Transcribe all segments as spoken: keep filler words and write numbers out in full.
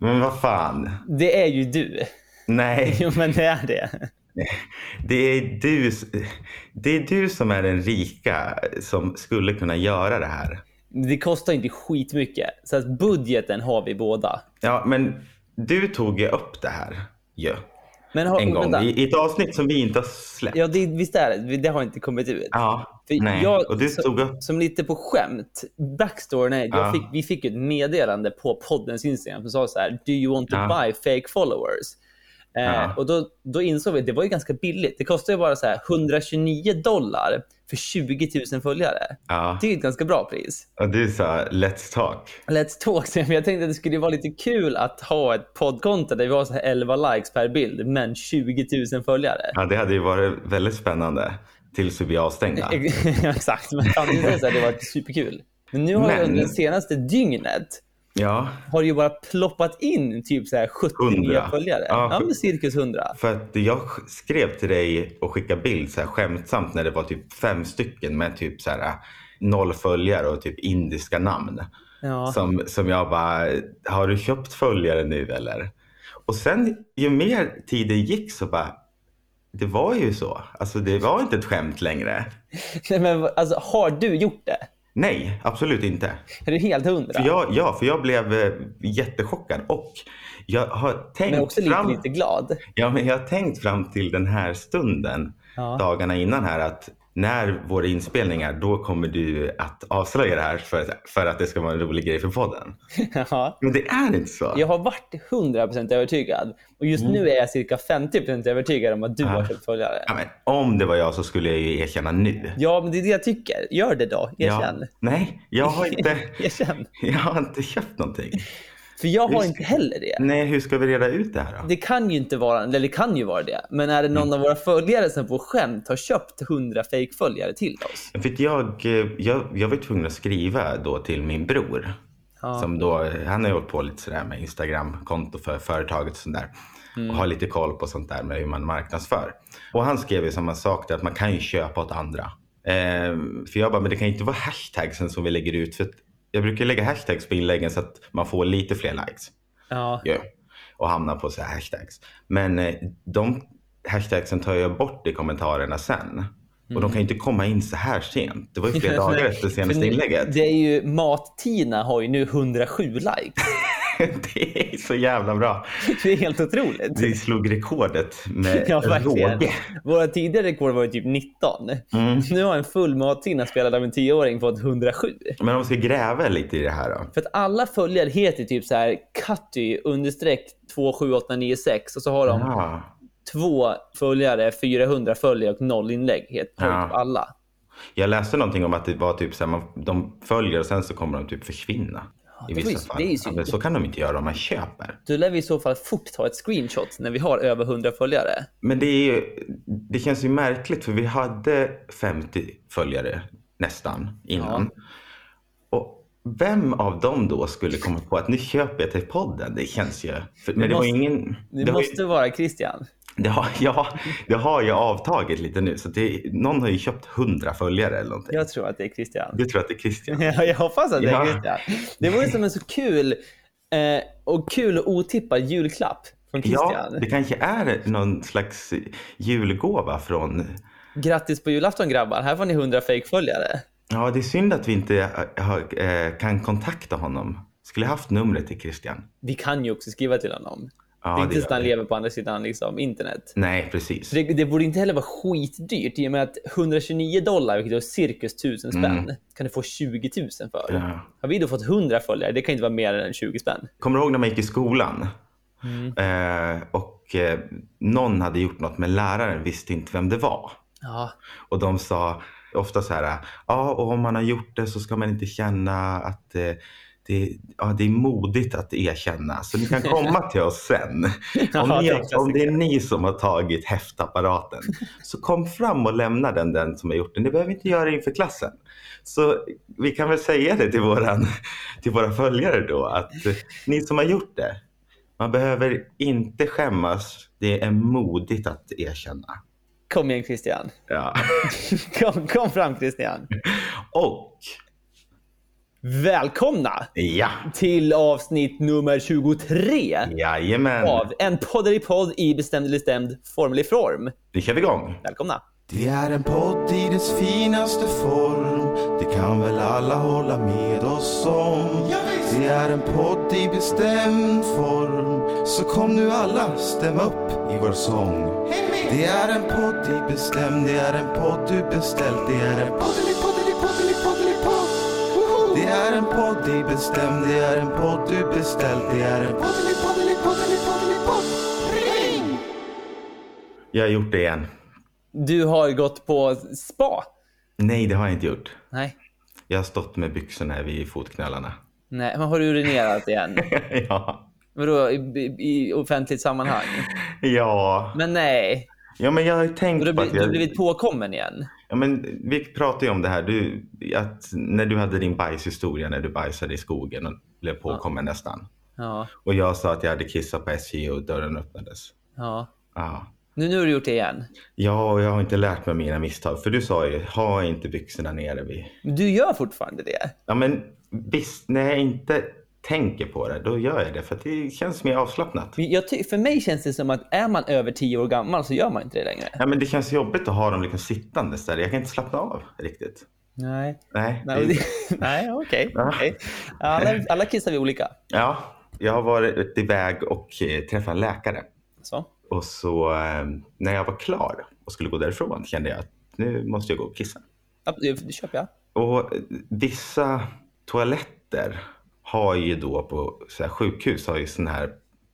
Men vad fan? Det är ju du. Nej. Jo, men det är det. Det är du, det är du som är den rika som skulle kunna göra det här. Det kostar inte skitmycket. Så att budgeten har vi båda. Ja, men du tog ju upp det här ju. Men har, en gång vänta. i, i ett avsnitt som vi inte har släppt. Ja, det, visst är det. Det har inte kommit ut. Ja, För nej. Jag, Och du som, tog upp... som lite på skämt. Backstoryn är, jag Ja. fick, vi fick ett meddelande på poddens Instagram som sa så här: Do you want to Ja. buy fake followers? Eh, Ja. Och då, då insåg vi att det var ju ganska billigt. Det kostar ju bara så här hundratjugonio dollar för tjugo tusen följare. Ja. Det är ett ganska bra pris. Och du sa let's talk. Let's talk. Men jag tänkte att det skulle vara lite kul att ha ett poddkonto där vi har så här elva likes per bild men tjugo tusen följare. Ja, det hade ju varit väldigt spännande tills vi blir avstängda. Exakt, men samtidigt så här, det var superkul. Men nu har Men- jag under det senaste dygnet Ja, har det ju bara ploppat in typ så här sjuttio nya hundra. följare. Ja, Ja, men cirkus hundra. för att jag skrev till dig och skickade bild så här skämtsamt när det var typ fem stycken med typ så här noll följare och typ indiska namn. Ja. Som, som jag bara, har du köpt följare nu eller? Och sen ju mer tiden gick så bara, det var ju så. Alltså det var inte ett skämt längre. Nej, men alltså, har du gjort det? Nej, absolut inte. Är du helt hundra? För jag, ja, för jag blev eh, jättechockad och jag har tänkt Men också lite, fram... lite glad. Ja, men jag har tänkt fram till den här stunden, Ja. dagarna innan här, att när våra inspelningar, då kommer du att avslöja det här för, för att det ska vara en rolig grej för podden. Ja. Men det är inte så. Jag har varit hundra procent övertygad. Och just Mm. nu är jag cirka femtio procent övertygad om att du har köpt följare. Ja, men om det var jag så skulle jag ju erkänna nu. Ja, men det är det jag tycker. Gör det då. Erkänn. Ja. Nej, jag har inte, Erkänn. jag har inte köpt någonting. För jag har Hur inte ska- heller det. Nej, hur ska vi reda ut det här då? Det kan ju inte vara, eller det kan ju vara det. Men är det någon Mm. av våra följare som på skämt har köpt hundra fake-följare till oss? För att jag, jag, jag var tvungen att skriva då till min bror. Ja. Som då, han har hållit på lite sådär med Instagram-konto för företaget och sånt där. Och har lite koll på sånt där med hur man marknadsför. Och han skrev ju samma sak där, att man kan ju köpa åt andra. Eh, för jag bara, men det kan inte vara hashtagsen som vi lägger ut. För att jag brukar lägga hashtags på inläggen så att man får lite fler likes. Ja. Ja. Och hamnar på så här hashtags. Men eh, de hashtagsen tar jag bort i kommentarerna sen. Och de kan ju inte komma in så här sent. Det var ju flera dagar efter För senaste nu- inlägget. Det är ju Mat-Tina har ju nu hundrasju likes. Det är så jävla bra. Det är helt otroligt. Vi slog rekordet med Ja, verkligen. råge. Våra tidigare rekord var ju typ nitton. Mm. Nu har en full Mat-Tina spelad av en tioåring fått hundrasju. Men om vi ska gräva lite i det här då. För att alla följare heter typ så här Cutty understreck två sju åtta nio sex och så har de Ja. två följare, fyrahundra följare och noll inlägg. Helt på Ja. typ alla. Jag läste någonting om att det var typ så här, man, de följer och sen så kommer de typ försvinna. I det var ju- vissa fall. det är ju Ja, men så kan de inte göra om man köper. Då lär vi i så fall fort ta ett screenshot när vi har över hundra följare. Men det är ju, det känns ju märkligt för vi hade femtio följare nästan innan. Och vem av dem då skulle komma på att nu köper jag till podden? Det känns ju... För, men det, var måste- ingen... Det, Det, har måste ju, vara Christian. det, har, ja, det har ju avtagit lite nu. Så det, någon har ju köpt hundra följare eller någonting. Jag tror att det är Christian. Du tror att det är Christian? Ja, jag hoppas att det är Ja. Christian. Det vore som en så kul eh, och kul och otippad julklapp från Christian. Ja, det kanske är någon slags julgåva från... Grattis på julafton grabbar, här får ni hundra fake-följare. Ja, det är synd att vi inte har, eh, kan kontakta honom. Skulle jag haft numret till Christian? Vi kan ju också skriva till honom. Ja, det är inte gör så att han vi. lever på andra sidan liksom, internet. Nej, precis. Så det, det borde inte heller vara skitdyrt i och med att hundratjugonio dollar, vilket är cirkus tusen spänn, Mm. kan du få tjugo tusen för. Ja. Har vi då fått hundra följare, det kan inte vara mer än tjugo spänn. Kommer du ihåg när man gick i skolan? Mm. Eh, och eh, någon hade gjort något, men läraren visste inte vem det var. Ja, Och de sa ofta så här, ja, och om man har gjort det så ska man inte känna att eh, det, ja, det är modigt att erkänna. Så ni kan komma till oss sen. Ja, Om, det är ni, klassiker. om det är ni som har tagit häftapparaten, så kom fram och lämna den, den som har gjort det. Ni behöver inte göra det inför klassen. Så vi kan väl säga det till, våran, till våra följare då, att eh, ni som har gjort det, man behöver inte skämmas. Det är modigt att erkänna. kom igen Christian. Ja. Kom, kom fram Christian. Och Välkomna Ja. till avsnitt nummer tjugotre Jajamän. av en podderipodd i bestämd eller bestämd formlig form. Nu kör vi igång. Välkomna. Det är en podd i dess finaste form. Det kan väl alla hålla med oss om. Det är en podd i bestämd form. Så kom nu alla, stäm upp i vår sång. Det är en podd i bestämd. Det är en podd du beställt. Det är en podd i podd i podd i podd i podd. Det är en podd i bestämd. Det är en podd du beställt. Det är en podd i podd i podd i podd i podd. Ring! Jag har gjort det igen. Du har gått på spa. Nej, det har jag inte gjort. Nej. Jag har stått med byxorna vid fotknölarna. Nej, men har du urinerat igen? Ja. Vadå, i, i, i offentligt sammanhang? Ja. Men nej. Ja, men jag har ju tänkt Du på att har jag... blivit påkommen igen. Ja, men vi pratade ju om det här. Du, att när du hade din bajshistoria, när du bajsade i skogen och blev påkommen ja. nästan. Ja. Och jag sa att jag hade kissat på S J och dörren öppnades. Ja. Ja. Nu, nu har du gjort det igen. Ja, och jag har inte lärt mig mina misstag. För du sa ju, ha inte byxorna nere vid... Du gör fortfarande det. Ja, men visst, när jag inte tänker på det, då gör jag det. För att det känns mer avslappnat. Jag ty- för mig känns det som att är man över tio år gammal så gör man inte det längre. Ja, men det känns jobbigt att ha dem liksom sittandes där. Jag kan inte slappna av riktigt. Nej. Nej, Nej, det... det... Nej okej. Ja. Okay. Alla, alla kissar vi olika. Ja, jag har varit iväg och eh, träffat en läkare. Så. Och så eh, när jag var klar och skulle gå därifrån kände jag att nu måste jag gå och kissa. Ja, det köper jag. Och vissa toaletter har ju då på så här, sjukhus har ju sån här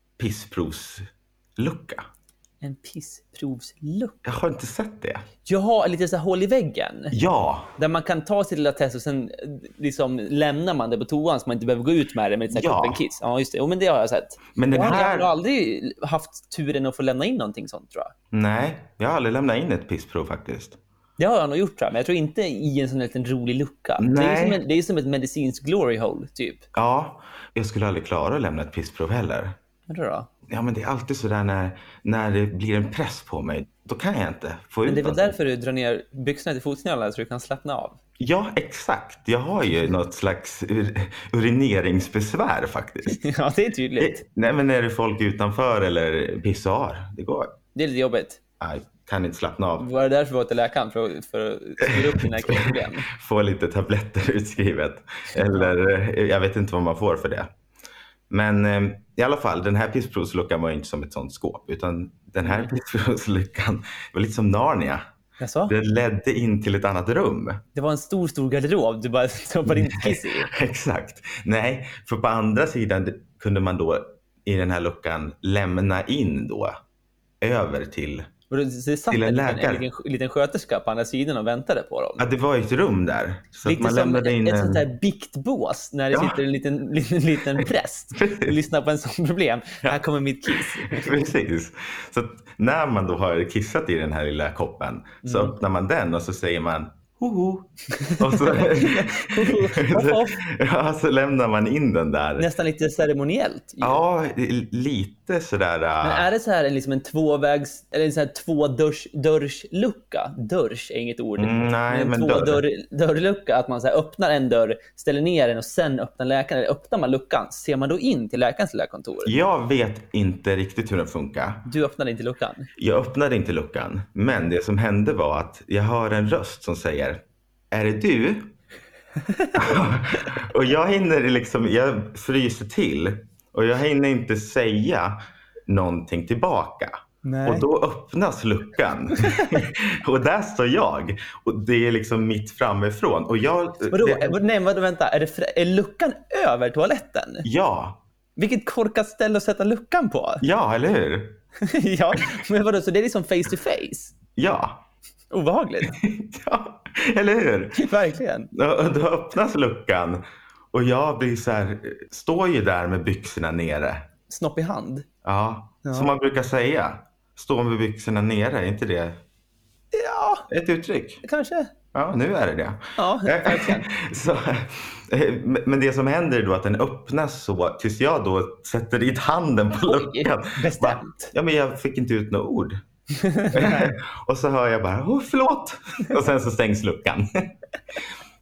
pissprovslucka. En pissprovslucka. Jag har inte sett det. Jag har lite så här hål i väggen. Ja. Där man kan ta sitt lilla test och sen liksom lämnar man det på toan så man inte behöver gå ut med det med ett Ja. ja. kiss. Ja, just det. Jo, men det har jag sett. Men den jag, här... jag har aldrig haft turen att få lämna in någonting sånt, tror jag. Nej, jag har aldrig lämnat in ett pissprov faktiskt. Det har jag nog gjort, tror jag. Men jag tror inte i en sån liten rolig lucka. Nej. Det är som, en, det är som ett medicinskt glory hole, typ. Ja, jag skulle aldrig klara att lämna ett pissprov heller. Vad då? Ja, men det är alltid så där när, när det blir en press på mig. Då kan jag inte få ut Men det är väl någonting. därför du drar ner byxorna till fotknölarna så du kan slappna av. Ja, exakt. Jag har ju något slags ur, urineringsbesvär faktiskt. Ja, det är tydligt. Det, nej, men är det folk utanför eller pissar? Det går. Det är lite jobbigt. Jag kan inte slappna av. Var det därför du var till läkaren? För, att- för att styra upp dina problem? Få lite tabletter utskrivet. Eller eh, jag vet inte vad man får för det. Men eh, i alla fall, den här pissprovsluckan var inte som ett sånt skåp. Utan den här pissprovsluckan var lite som Narnia. Jaså? Den ledde in till ett annat rum. Det var en stor, stor garderob. Du bara stoppade in kiss i. Exakt. Nej, för på andra sidan kunde man då i den här luckan lämna in då över till... Och det, det satt Till en en, läkare. en, liten, liten sköterska på andra sidan och väntade på dem. Ja, det var ett rum där. Så Lite att man som lämnade in ett en... sånt där biktbås när det Ja. sitter en liten, liten, liten präst och lyssnar på en sån problem. Här kommer mitt kiss. Precis. Så att när man då har kissat i den här lilla koppen så Mm. öppnar man den och så säger man hoho. Och så, Hopp, ja, så lämnar man in den där. Nästan lite ceremoniellt. ju. Ja, lite sådär. Men äh, är det så här en, liksom en tvåvägs eller en så här tvådörrs dörrslucka? Dörrs är inget ord. Mm, nej, en men två dörr. dörr, dörrlucka, att man så här öppnar en dörr, ställer ner den och sen öppnar läkaren. Eller öppnar man luckan, ser man då in till läkarens lilla kontor? Jag vet inte riktigt hur den funkar. Du öppnade inte luckan. Jag öppnade inte luckan. Men det som hände var att jag hör en röst som säger: är det du? Och jag hinner liksom, jag fryser till. Och jag hinner inte säga någonting tillbaka. Nej. Och då öppnas luckan. Och där står jag. Och det är liksom mitt framifrån. Och jag... Vadå? det, Nej, vadå, vänta. Är, det frä- är luckan över toaletten? ja, Vilket korkat ställe att sätta luckan på. ja, eller hur? Ja, men vadå, så det är liksom face to face? Ja. Obehagligt. Ja, eller hur? Verkligen. Och då öppnas luckan. Och jag blir så här, står ju där med byxorna nere. Snopp i hand. Ja, Ja. som man brukar säga. Stå med byxorna nere, är inte det Ja, ett uttryck? kanske. Ja, nu är det det. Ja, verkligen. Så, eh, men det som händer är då att den öppnas så tills jag då sätter dit handen på Oj, luckan. bestämt. Bara, ja, men jag fick inte ut några ord. Och så hör jag bara, åh förlåt. Och sen så stängs luckan.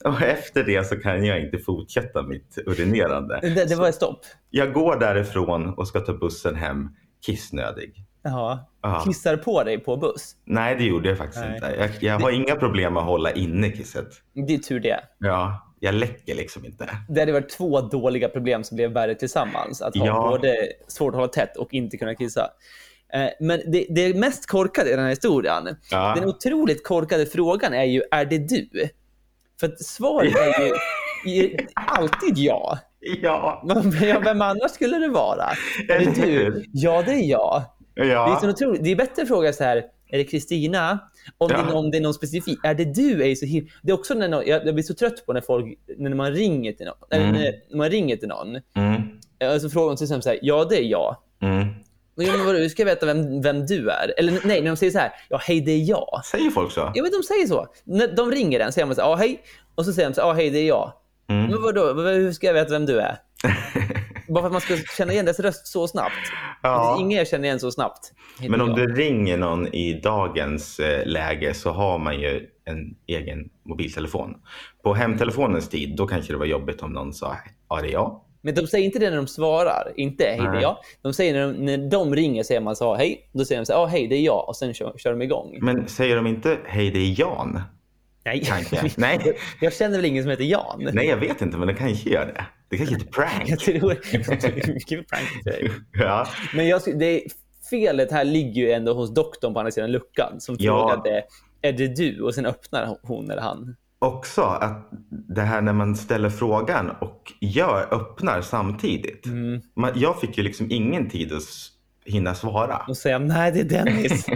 Och efter det så kan jag inte fortsätta mitt urinerande. Det, det var ett stopp. Jag går därifrån och ska ta bussen hem kissnödig. Ja. Ja. Kissar på dig på buss? Nej, det gjorde jag faktiskt Nej. inte. Jag, jag har inga problem med att hålla inne kisset. Det är tur det. Ja, jag läcker liksom inte. Det hade varit två dåliga problem som blev värre tillsammans. Att ha Ja. både svårt att hålla tätt och inte kunna kissa. Eh, Men det, det mest korkade i den här historien, Ja. den otroligt korkade frågan är ju, är det du? För att svaret är ju, ju alltid ja. Ja, Men vem annars skulle det vara? Är det Eller du? hur? Ja, det är jag. Det är, ja. så otroligt. Det är bättre att fråga så här, är det Kristina? Om, Ja. det, om det är någon specifik. Är det du? Är så him- det är också när någon, jag, jag blir så trött på när folk, när man ringer till någon. Eller Mm. när, när man ringer till någon. Mm, Alltså frågar de till exempel så här, ja det är jag. mm. Men, men vadå, hur ska jag veta vem, vem du är? Eller nej, när de säger så här, ja hej det är jag. Säger folk så? Ja men de säger så. När de ringer den säger man så här, ja hej. Och så säger de så här, ja hej det är jag. Mm. Men vadå, hur ska jag veta vem du är? Bara för att man ska känna igen dess röst så snabbt. Ja. Ingen känner igen så snabbt. Hej, Men det är om jag. det ringer någon i dagens eh, läge så har man ju en egen mobiltelefon. På hemtelefonens tid, då kanske det var jobbigt om någon sa, ja det är jag. Men de säger inte det när de svarar. Inte hej det är Nej. jag. De säger när de, när de ringer säger man så hej. Då säger de så här, ja hej det är jag. Och sen kör, kör de igång. Men säger de inte, hej det är Jan? Nej. Kanske. Nej. Jag, jag känner väl ingen som heter Jan. Nej, jag vet inte, men det kanske gör det. Det kanske är ett prank. Jag tror... Gud, prank för dig. Ja. Men jag, skulle- det, felet här ligger ju ändå hos doktorn på andra sidan luckan. Som Ja. frågade, är det du? Och sen öppnar hon eller han. Också att det här när man ställer frågan och gör, öppnar samtidigt. Mm. Man, jag fick ju liksom ingen tid att s- hinna svara. Och säger, nej det är Dennis.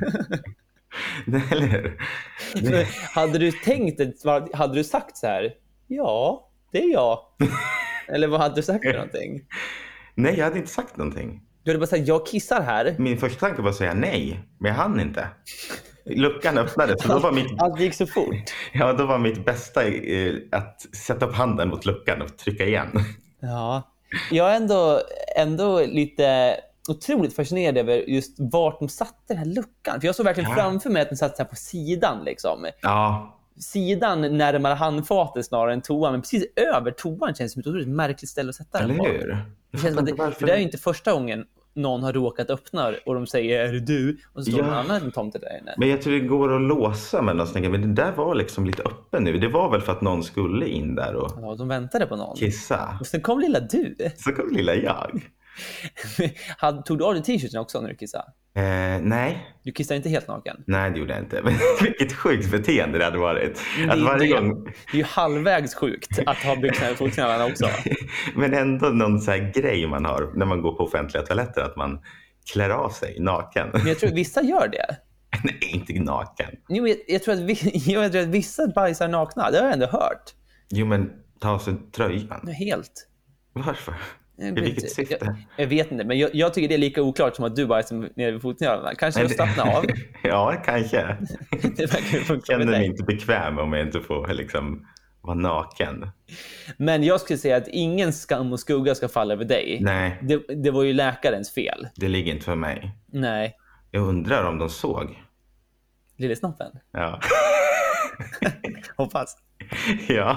Eller hur? Men hade du tänkt, ett svar- hade du sagt så här, ja, det är jag. Eller vad hade du sagt för någonting? Nej, jag hade inte sagt någonting. Du hade bara sagt, jag kissar här. Min första tanke var att säga nej, men jag hann inte. Luckan öppnades, så då var mitt, Allt gick så fort. ja, då var mitt bästa eh, att sätta upp handen mot luckan och trycka igen. Ja. Jag är ändå, ändå lite otroligt fascinerad över just vart de satte den här luckan. För jag såg verkligen Ja. framför mig att den satt så här på sidan. Liksom. Ja, Sidan närmare handfatet snarare än toan. Men precis över toan känns som ett otroligt märkligt ställe att sätta den eller på. hur? Det känns som att det, Varför- för det är ju inte första gången någon har råkat öppna och de säger, är det du? Och så står Ja. någon annan tomte där inne. Men jag tror det går att låsa med någonstans. Men det där var liksom lite öppen nu. Det var väl för att någon skulle in där och Ja, de väntade på någon. kissa. Och sen kom lilla du. Så kom lilla jag. Hade- Tog du av dig t-shirten också när du kissade? Eh, nej, Du kissade inte helt naken. nej det gjorde jag inte. Men vilket sjukt beteende det hade varit. Det, Att varje det, gång... det är ju halvvägs sjukt att ha byxorna i fotknölarna också. Men ändå någon så här grej man har när man går på offentliga toaletter. Att man klär av sig naken. Men jag tror att vissa gör det. Nej, inte naken. Jo, men jag, jag, tror att vi, jag tror att vissa bajsar nakna. Det har jag ändå hört. Jo, men ta av sig tröjan. Helt. Varför? Jag I vet- vilket syfte? Jag, jag vet inte, men jag, jag tycker det är lika oklart som att du bajsar nere vid fotknölarna. Kanske att slappna av. Ja, kanske. Det verkar funka med Känner mig dig. inte bekväm om jag inte får liksom vara naken. Men jag skulle säga att ingen skam och skugga ska falla över dig. Nej, Det, det var ju läkarens fel. det ligger inte för mig. Nej, Jag undrar om de såg. lille snoppen. Ja. Hoppas. Ja.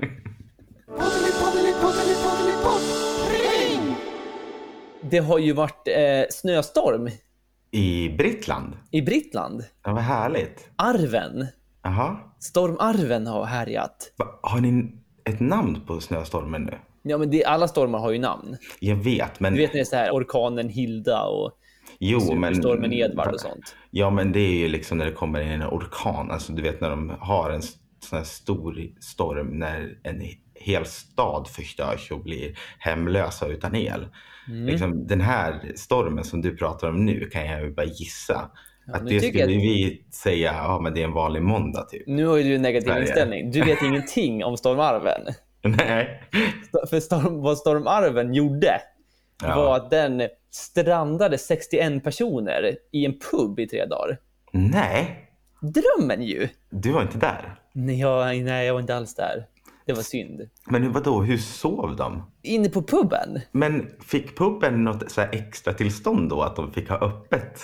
Det har ju varit eh, snöstorm I Brittland. i Brittland. Ja, vad härligt. Arven. Jaha. Stormarven har härjat. Va- Har ni ett namn på snöstormen nu? Ja, men det, alla stormar har ju namn. Jag vet, men... Du vet när det är så här orkanen Hilda och jo, men... stormen Edvard och sånt. Ja, men det är ju liksom när det kommer in en orkan. Alltså, du vet när de har en sån här stor storm när en hel stad förstörs och blir hemlösa utan el. Mm. Liksom, den här stormen som du pratar om nu kan jag ju bara gissa. Ja, att nu det tycker skulle jag- vi säga, ja men det är en vanlig måndag typ. Nu har ju du en negativ Sverige. inställning. Du vet ingenting om stormarven. Nej. För storm, vad stormarven gjorde Ja. var att den strandade sextioen personer i en pub i tre dagar. Nej, Drömmen ju! du var inte där. Nej jag, nej, jag var inte alls där. Det var synd. Men vadå, hur sov de? Inne på puben? Men fick puben något så här extra tillstånd då att de fick ha öppet?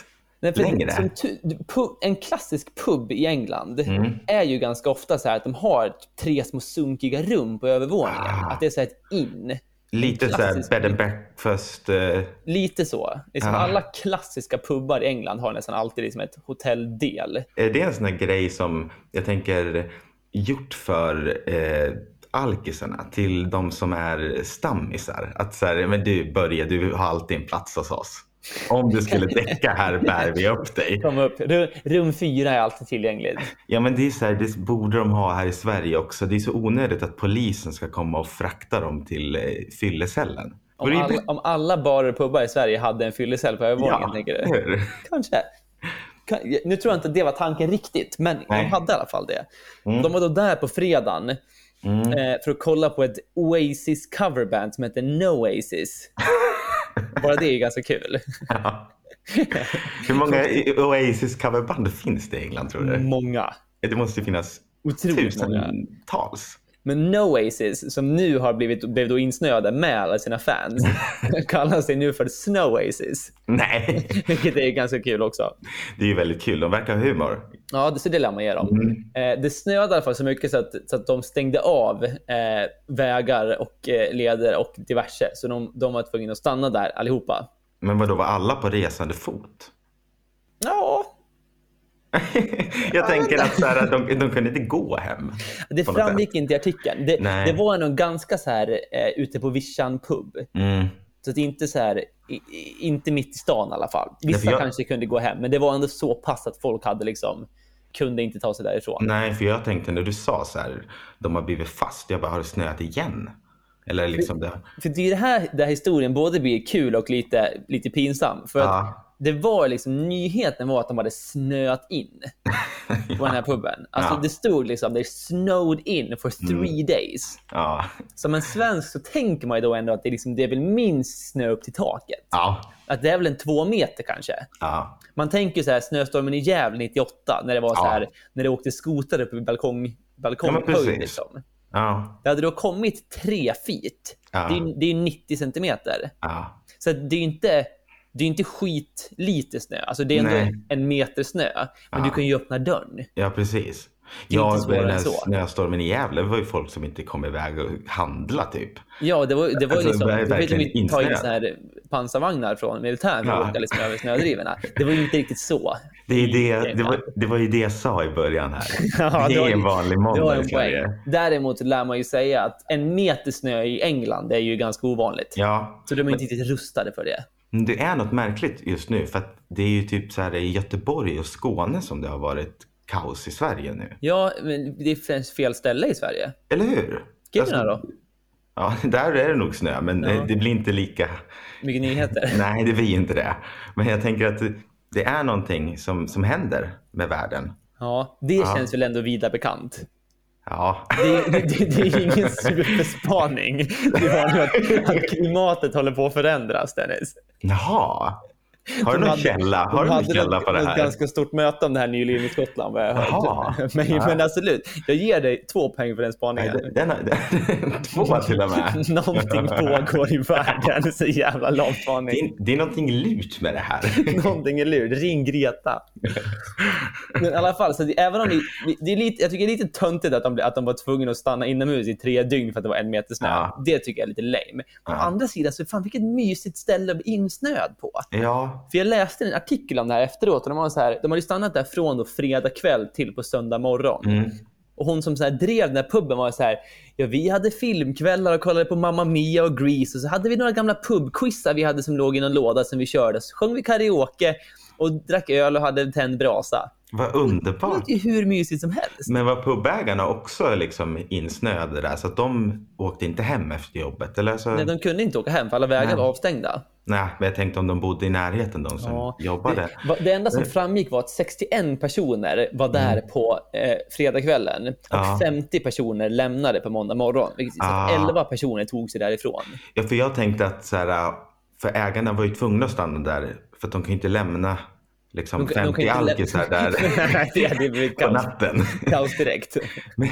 Nej, för längre. Som tu, pub, en klassisk pub i England mm. är ju ganska ofta så här att de har tre små sunkiga rum på övervåningen. Ah. Att det är så här ett in. Lite så här bed and breakfast. Uh... Lite så. Liksom ah. Alla klassiska pubbar i England har nästan alltid liksom ett hotelldel. Är det en sån här grej som jag tänker gjort för eh, alkisarna till de som är stammisar? Att så här, men du börjar, du har alltid en plats hos oss. Om du skulle däcka här bär vi upp dig. Kom upp. Rum fyra är alltid tillgängligt. Ja, men det är så här, det borde de ha här i Sverige också. Det är så onödigt att polisen ska komma och frakta dem till eh, fyllecellen. Om alla, om alla barer och pubbar i Sverige hade en fyllecell på övervåningen, ja, tänker du? Hur? Kanske. Nu tror jag inte att det var tanken riktigt, men Nej. de hade i alla fall det. Mm. De var då där på fredagen mm. eh, för att kolla på ett Oasis coverband som heter Noasis. Bara det är ganska kul. Ja. Hur många Oasis coverband finns det i England, tror du? Många. Det måste ju finnas otroligt många. Tusentals. Men Noasis, som nu har blivit, blivit då insnöade med alla sina fans, kallar sig nu för Snowasis. Nej. Vilket är ganska kul också. Det är ju väldigt kul, de verkar ha humor. Ja, det, så det lär man ge dem. Mm. Eh, det snöade i alla fall så mycket så att, så att de stängde av eh, vägar och eh, leder och diverse. Så de, de var tvungna att stanna där allihopa. Men vad då, var alla på resande fot? Ja. Jag tänker att, så här, att de, de kunde inte gå hem. Det framgick inte i artikeln. Det, det var nog ganska så här eh, ute på Vischan pub. Mm. Så att inte så här i, inte mitt i stan i alla fall. Vissa jag... kanske kunde gå hem, men det var ändå så pass att folk hade liksom kunde inte ta sig därifrån. Nej, för jag tänkte när du sa så här, de har blivit fast. Jag bara, har det snöat igen? Eller liksom för, det. För det är det här där historien både blir kul och lite lite pinsam, för ja. att det var liksom, nyheten var att de hade snöat in på den här puben. Alltså ja. Det stod liksom, they snowed in for three mm. days. Ja. Som en svensk så tänker man ju då ändå att det är, liksom, det är väl minst snö upp till taket. Ja. Att det är väl en två meter kanske. Ja. Man tänker så här, snöstormen i Gävle nittioåtta, när det var så här, ja. när det åkte skotare på balkong, balkonghöjd ja, liksom. Ja. Det hade då kommit tre feet. Ja. Det är, det är nittio centimeter. Ja. Så det är inte... Det är inte skit lite snö. Alltså det är ändå Nej. en meter snö. Men ja. du kan ju öppna dörren. Ja, precis. Ja, den här snöstormen i Gävle var ju folk som inte kom iväg och handla typ. Ja, det var, det var alltså, liksom... Det var vi tar in så här pansarvagnar från militären för ja. att åka liksom över snödrivorna. Det var ju inte riktigt så. Det, är det, det, var, det var ju det jag sa i början här. Ja, det, det är en vanlig måndag i Sverige. Däremot lär man ju säga att en meter snö i England är ju ganska ovanligt. Ja. Så de är inte riktigt rustade för det. Det är något märkligt just nu, för att det är ju typ så här i Göteborg och Skåne som det har varit kaos i Sverige nu. Ja, men det är fel ställe i Sverige. Eller hur? Kiruna alltså, då? Ja, där är det nog snö, men ja. det blir inte lika... Mycket nyheter. Nej, det blir inte det. Men jag tänker att det är någonting som, som händer med världen. Ja, det ja. känns väl ändå vida bekant. Ja. Det, det, det, det är ingen superspaning. Det var att, att klimatet håller på att förändras, Dennis. Jaha. Har du någon hade, källa, har du någon källa på det här? Ett ganska stort möte om det här nyligen i Skottland. Vad jag hört. Men, ja. men absolut, jag ger dig två poäng för den spaningen. Nej, den, den, den, två till och med. Någonting pågår i världen, så jävla lång spaning. Det, det är någonting lurt med det här. Någonting är lurt, ring Greta. Men i alla fall, så det, även om det, det är lite, jag tycker det är lite töntigt att de, att de var tvungna att stanna inomhus i tre dygn för att det var en meter snö. Ja. Det tycker jag är lite lame. Å ja. andra sidan så fan vilket mysigt ställe att bli insnöd på. Ja. För jag läste en artikel om det här efteråt och de, var så här, de hade stannat där från då fredag kväll till på söndag morgon. Mm. Och hon som så här drev den här puben var så här, ja vi hade filmkvällar och kollade på Mamma Mia och Grease och så hade vi några gamla pubquizar vi hade som låg i någon låda som vi körde. Så sjöng vi karaoke och drack öl och hade tänd brasa. Vad underbart. Det är hur mysigt som helst. Men var pubägarna också liksom insnöade där så att de åkte inte hem efter jobbet? Eller så... Nej, de kunde inte åka hem för alla vägar Nej. var avstängda. Nej, men jag tänkte om de bodde i närheten, de som ja. jobbade. Det, det enda som framgick var att sextioen personer var där mm. på eh, fredagskvällen och ja. femtio personer lämnade på måndag morgon. Vilket ah. så att elva personer tog sig därifrån. Ja, för jag tänkte att så här, för ägarna var ju tvungna att stanna där för att de kan inte lämna liksom de, femtio de alkisar där det hade blivit på kaos. natten. Kaos direkt. Men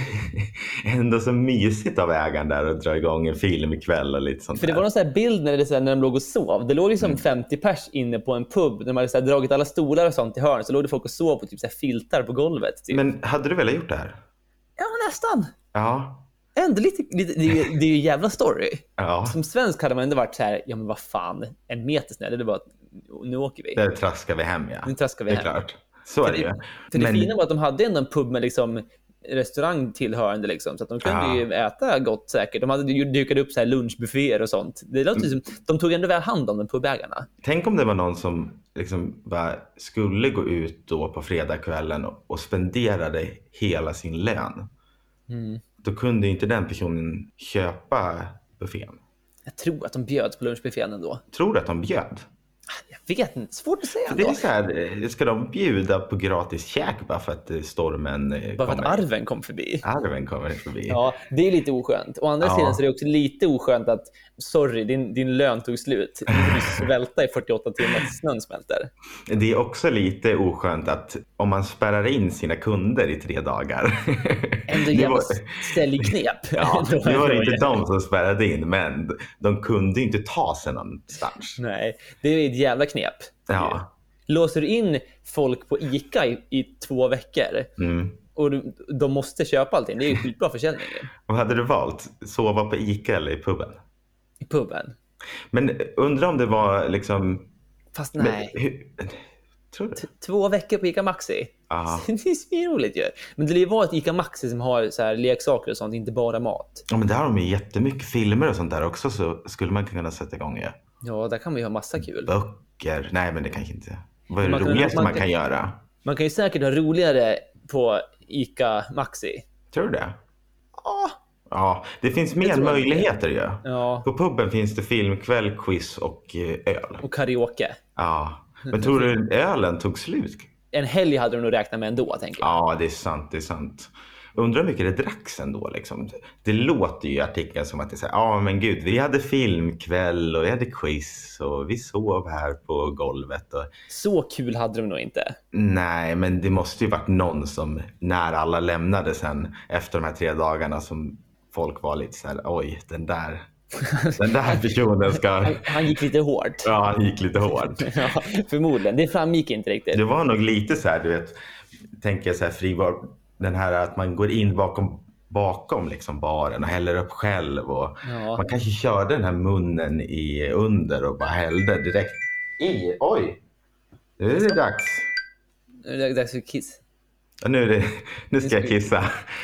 ändå så mysigt av ägaren där att dra igång en film ikväll och lite sånt. För det var någon sån här bild när, det, så här, när de låg och sov. Det låg liksom mm. femtio pers inne på en pub. När de hade så här, dragit alla stolar och sånt i hörn. Så låg det folk och sov på typ så här, filtar på golvet. Typ. Men hade du väl gjort det här? Ja, nästan. Ja. Ändå lite, lite det, är, det är ju en jävla story. Ja. Som svensk hade man ändå varit så här, ja men vad fan, en meter snäll. Det är bara, nu åker vi. Där traskar vi hem, ja. Nu traskar vi det är hem. Klart. Så är det ju. För det men... fina var att de hade ändå en pub med liksom restaurang tillhörande liksom, så att de kunde ja. ju äta gott säkert. De hade ju dukat upp så här lunchbufféer och sånt. Det låter mm. som de tog ändå väl hand om den pubägarna. Tänk om det var någon som liksom bara skulle gå ut då på fredagskvällen och, och spenderade hela sin lön. Mm. Då kunde inte den personen köpa buffén. Jag tror att de bjöd på lunchbuffén ändå. Tror du att de bjöd? Jag vet inte, svårt att säga. Det är så här, ska de bjuda på gratis käk bara för att stormen bara kommer? För att arven kom förbi. Arven kommer förbi. Ja, det är lite oskönt. Å andra ja. sidan så är det också lite oskönt att sorry, din, din lön tog slut. Du får svälta i fyrtioåtta timmar tills snön smälter. Det är också lite oskönt att om man spärrar in sina kunder i tre dagar. Ändå jävla var... säljknep. Ja, det var inte de som spärrade in, men de kunde inte ta sig någonstans. Nej, det är ett jävla knep. Ja. Låser du in folk på ICA i, i två veckor mm. och du, de måste köpa allting. Det är ju skitbra försäljning. Vad hade du valt? Sova på ICA eller i puben? I puben. Men undrar om det var liksom... Fast nej. Men, hur... Tror du? T- två veckor på ICA Maxi. Det är svinroligt ju. Men det var ett ICA Maxi som har så här leksaker och sånt, inte bara mat. Ja, men där har de ju jättemycket filmer och sånt där också, så skulle man kunna sätta igång igen. Ja, där kan man ju ha massa kul. Böcker. Nej, men det kanske inte. Vad är det man roligaste kan, man, man kan göra? Man kan ju säkert ha roligare på ICA Maxi. Tror du det? Ja. Ja, det finns mer det möjligheter ju. Ja. Ja. På puben finns det filmkväll, quiz och öl. Och karaoke. Ja. Men tror du ölen tog slut? En helg hade de nog räknat med ändå, tänker jag. Ja, det är sant, det är sant. Undrar hur mycket det dracks ändå liksom. Det låter ju i artikeln som att det säger, ja men gud, vi hade filmkväll och vi hade quiz och vi sov här på golvet. Och... Så kul hade de nog inte. Nej, men det måste ju varit någon som, när alla lämnade sen efter de här tre dagarna, som folk var lite så här, oj, den där... Den där personen ska... Han, han gick lite hårt. Ja, han gick lite hårt. Ja, förmodligen. Det framgick inte riktigt. Det var nog lite så här, du vet, tänker jag så här, frivar, den här att man går in bakom, bakom liksom baren och häller upp själv. Och ja. Man kanske körde den här munnen i under och bara hällde direkt i. Oj, nu är det dags. Nu är det dags för kiss. Ja, nu, är det, nu ska jag kissa.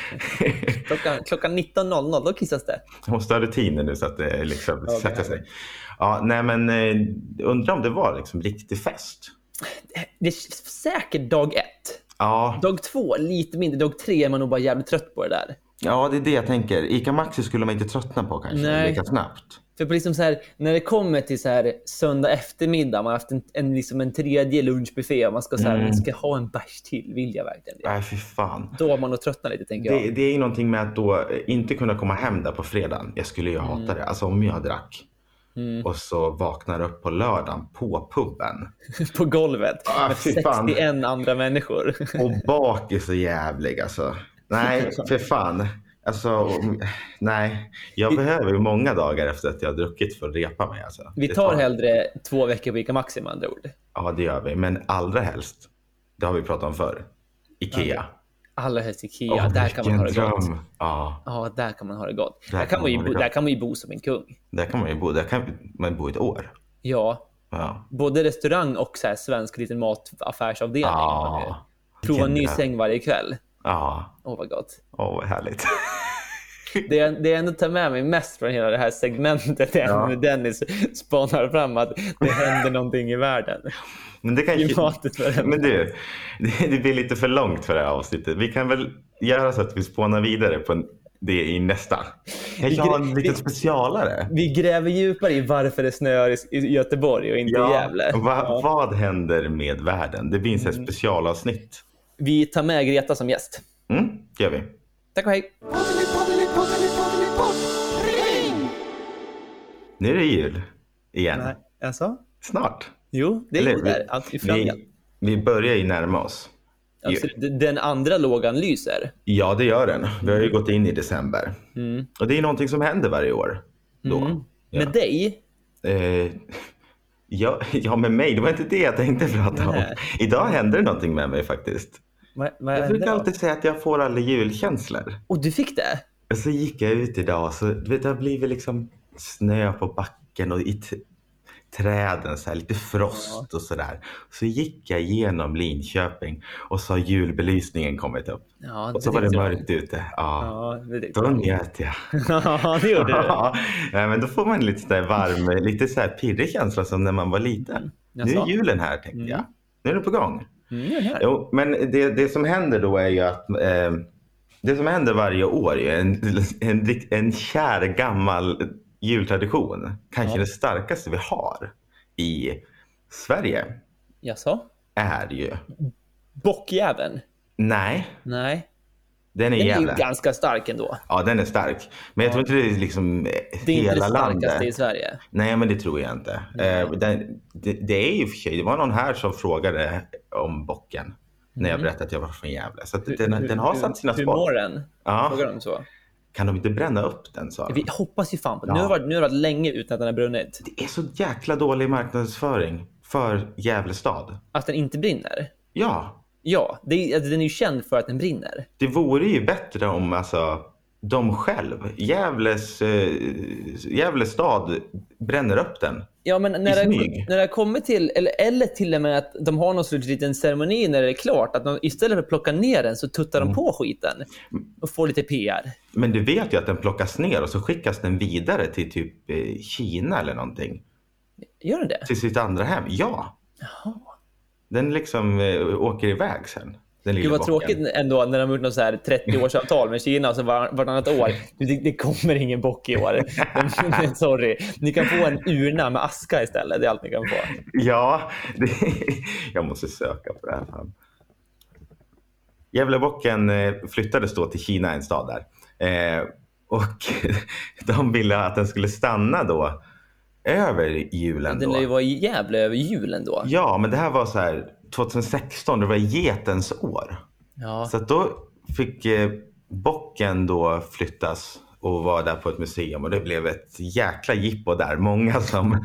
klockan, klockan nitton noll noll, då kissas det. Jag måste ha rutiner nu så att det liksom okay. sätter sig. Ja, nej men undrar om det var liksom riktig fest. Det är säkert dag ett. Ja. Dag två, lite mindre. Dag tre är man nog bara jävligt trött på det där. Ja, det är det jag tänker. ICA Maxi skulle man inte tröttna på kanske. Nej. Lika snabbt. För på liksom så här, när det kommer till så här söndag eftermiddag, man har haft en, en, liksom en tredje lunchbuffé och man ska, så här, mm. ska ha en bärs till, vill jag verkligen det. Nej, fy fan. Då har man nog tröttnat lite, tänker det, jag. Det är ju någonting med att då inte kunna komma hem där på fredagen. Jag skulle ju hata mm. det. Alltså om jag drack. Mm. Och så vaknar upp på lördagen på puben. På golvet. Ah, med sextioen andra människor. Och bak är så jävlig alltså. Nej, för fan. Alltså, nej. Jag behöver ju många dagar efter att jag har druckit för att repa mig. Alltså. Vi tar, tar hellre två veckor på ICA Maxi med andra ord. Ja, det gör vi. Men allra helst, det har vi pratat om förr, Ikea. Ja. Allra helst Ikea. Oh, där kan man ha det dröm. gott. Ja. Ja, där kan man ha det gott. Där, där, kan man ju bo, där kan man ju bo som en kung. Där kan man ju bo. Där kan man bo ett år. Ja. Ja. Både restaurang och så här svensk liten mataffärsavdelning. Ja. Prova en ny säng varje kväll. Ja. Åh, vad gott. Åh, vad härligt. Det är, det är ändå tar med mig mest från hela det här segmentet. Ja. När Dennis spanar fram att det händer någonting i världen. Men det kan ju, men du, det, det blir lite för långt för det här avsnittet. Vi kan väl göra så att vi spånar vidare på det i nästa. Kanske ha en lite specialare. Vi gräver djupare i varför det snöar i, i Göteborg och inte ja, i Gävle. Va, ja. Vad händer med världen? Det blir en mm. specialavsnitt. Vi tar med Greta som gäst. Mm, gör vi. Tack och hej. Nu är det jul igen. Nej, alltså? Snart. Jo, det är ju där. Allt i framgång. Vi, Vi börjar ju närma oss. Alltså, den andra lågan lyser. Ja, det gör den. Vi har ju gått in i december. Mm. Och det är någonting som händer varje år. Då. Mm. Ja. Med dig? Eh, ja, ja, med mig. Det var inte det jag tänkte prata om. Nej. Idag händer det någonting med mig faktiskt. Vad, vad Jag brukar alltid säga att jag får alla julkänslor. Och du fick det? Och så gick jag ut idag så du vet, det har blivit liksom snö på backen och i t- träden, så här, lite frost och sådär. Så gick jag igenom Linköping och så har julbelysningen kommit upp. Ja, och så var det mörkt ute. Ja, ja det då njöt jag. Ja, det gjorde du. Ja, men då får man lite så där varm, lite så här pirrig känsla som när man var liten. Jaså? Nu är julen här, tänkte Mm. jag. Nu är det på gång. Mm, det är här. Jo, men det, det som händer då är ju att eh, det som händer varje år är en, en, en kär gammal jultradition. Kanske Ja. det starkaste vi har i Sverige Jaså? är ju... Bockjäveln? Nej, Nej. den är Den är ju jävla... ganska stark ändå. Ja, den är stark. Men jag tror inte det är liksom Det är hela inte det starkaste landet. i Sverige. Nej, men det tror jag inte. Eh, den, det, det är ju för sig, det var någon här som frågade om bocken när jag berättade att jag var från Gävle. Så att den, den har satt sina Hur spår. mår den? Ja. Frågar de så? Kan de inte bränna upp den, sa de? Vi hoppas ju fan på det. Ja. Nu har det varit, nu har det varit länge utan att den har brunnit. Det är så jäkla dålig marknadsföring för Gävle stad. Att den inte brinner? Ja, Ja, det är, alltså, den är ju känd för att den brinner. det vore ju bättre om alltså, de själv, Gävles, eh, Gävle stad, bränner upp den. Ja, men när I det, smyg. när det kommer till, eller, eller till och med att de har någon sorts liten ceremoni när det är klart, att de, istället för att plocka ner den så tuttar de på skiten och får lite P R. Men du vet ju att den plockas ner och så skickas den vidare till typ eh, Kina eller någonting. Gör den det? Till sitt andra hem. Ja, Jaha. den liksom eh, åker iväg sen. Den lilla Gud vad bocken. tråkigt ändå när de har gjort något så här trettio-årsavtal med Kina och så var, varannat år. Det, det kommer ingen bock i år. Men, sorry. Ni kan få en urna med aska istället. Det är allt ni kan få. Ja, det, jag måste söka på det här. Fan. Gävlebocken eh, flyttades då till Kina, en stad där. Eh, och de ville att den skulle stanna då över julen. Den då. lär ju vara i Gävle över julen då. Ja, men det här var så här tjugohundrasexton, det var getens år. Ja. Så att då fick eh, bocken då flyttas och var där på ett museum och det blev ett jäkla jippo där. Många som,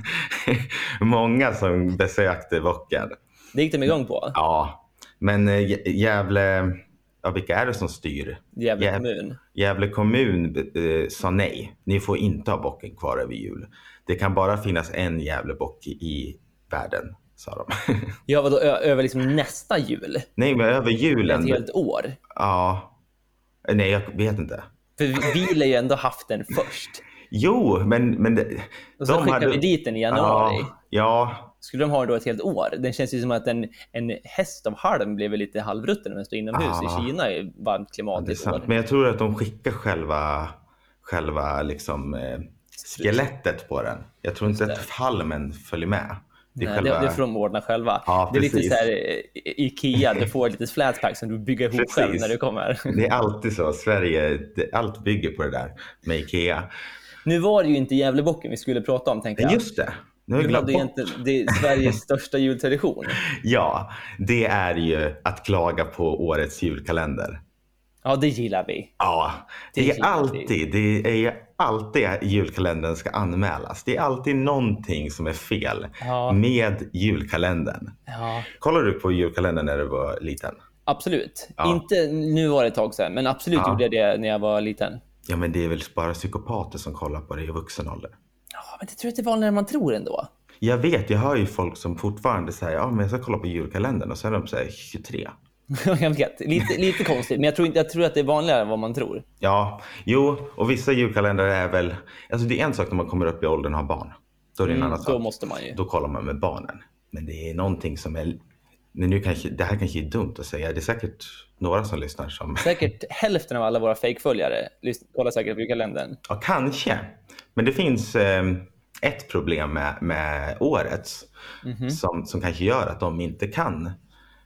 många som besökte bocken. Det gick de igång på. Ja, men eh, Gävle, ja, vilka är det som styr? Gävle Gäv- kommun. Gävle kommun eh, sa nej. Ni får inte ha bocken kvar över jul. Det kan bara finnas en Gävlebock i, i världen, sa de. Ja, vadå, ö- över liksom nästa jul? Nej, men över julen. Ett helt år? Ja. Nej, jag vet inte. För vi, vi lär ju ändå haft den först. Jo, men... men det, Och så skickar vi dit den i januari. Ja, ja, Skulle de ha då ett helt år? Den känns ju som att en, en häst av halm blev lite halvrutten när den står inomhus. Ja. I Kina är varmt klimat det är i år. sant. Men jag tror att de skickar själva, själva liksom, eh, skelettet på den. Jag tror inte det. att halmen följer med. Det är Nej, själva... det, det får de ordna själva. Ja, det är lite precis. så här eh, Ikea, du får ett litet flatpack som du bygger ihop Precis. själv när du kommer. Det är alltid så. Sverige, det, allt bygger på det där med Ikea. Nu var det ju inte Gävlebocken vi skulle prata om, tänkte Men jag. just det. Nu har Nu jag hade glömt ju bort. inte, det är Sveriges största jultradition. Ja, det är ju att klaga på årets julkalender. Ja, det gillar vi. Ja, det, Det är gillar alltid, det är ju alltid julkalendern ska anmälas. Det är alltid någonting som är fel Ja. med julkalendern. Ja, Kollar du på julkalendern när du var liten? absolut. Ja. Inte, nu var det ett tag sedan, men absolut Ja. gjorde jag det när jag var liten. Ja, men det är väl bara psykopater som kollar på det i vuxen ålder. Ja, men det tror jag att det är vanligare än man tror ändå. Jag vet, jag hör ju folk som fortfarande säger ja, men jag ska kolla på julkalendern och så är de så här tjugotre. Jag vet, lite, lite konstigt, men jag tror, inte, jag tror att det är vanligare än vad man tror. Ja, jo, och vissa julkalendrar är väl... Alltså det är en sak när man kommer upp i åldern och har barn. Då är det en Mm, annan då sak. måste man ju. Då kollar man med barnen. Men det är någonting som är... Men nu kanske, det här kanske är dumt att säga. Det är säkert några som lyssnar som... Säkert hälften av alla våra fake-följare lys- kollar säkert på julkalendern. Ja, kanske. Men det finns eh, ett problem med, med årets Mhm. som, som kanske gör att de inte kan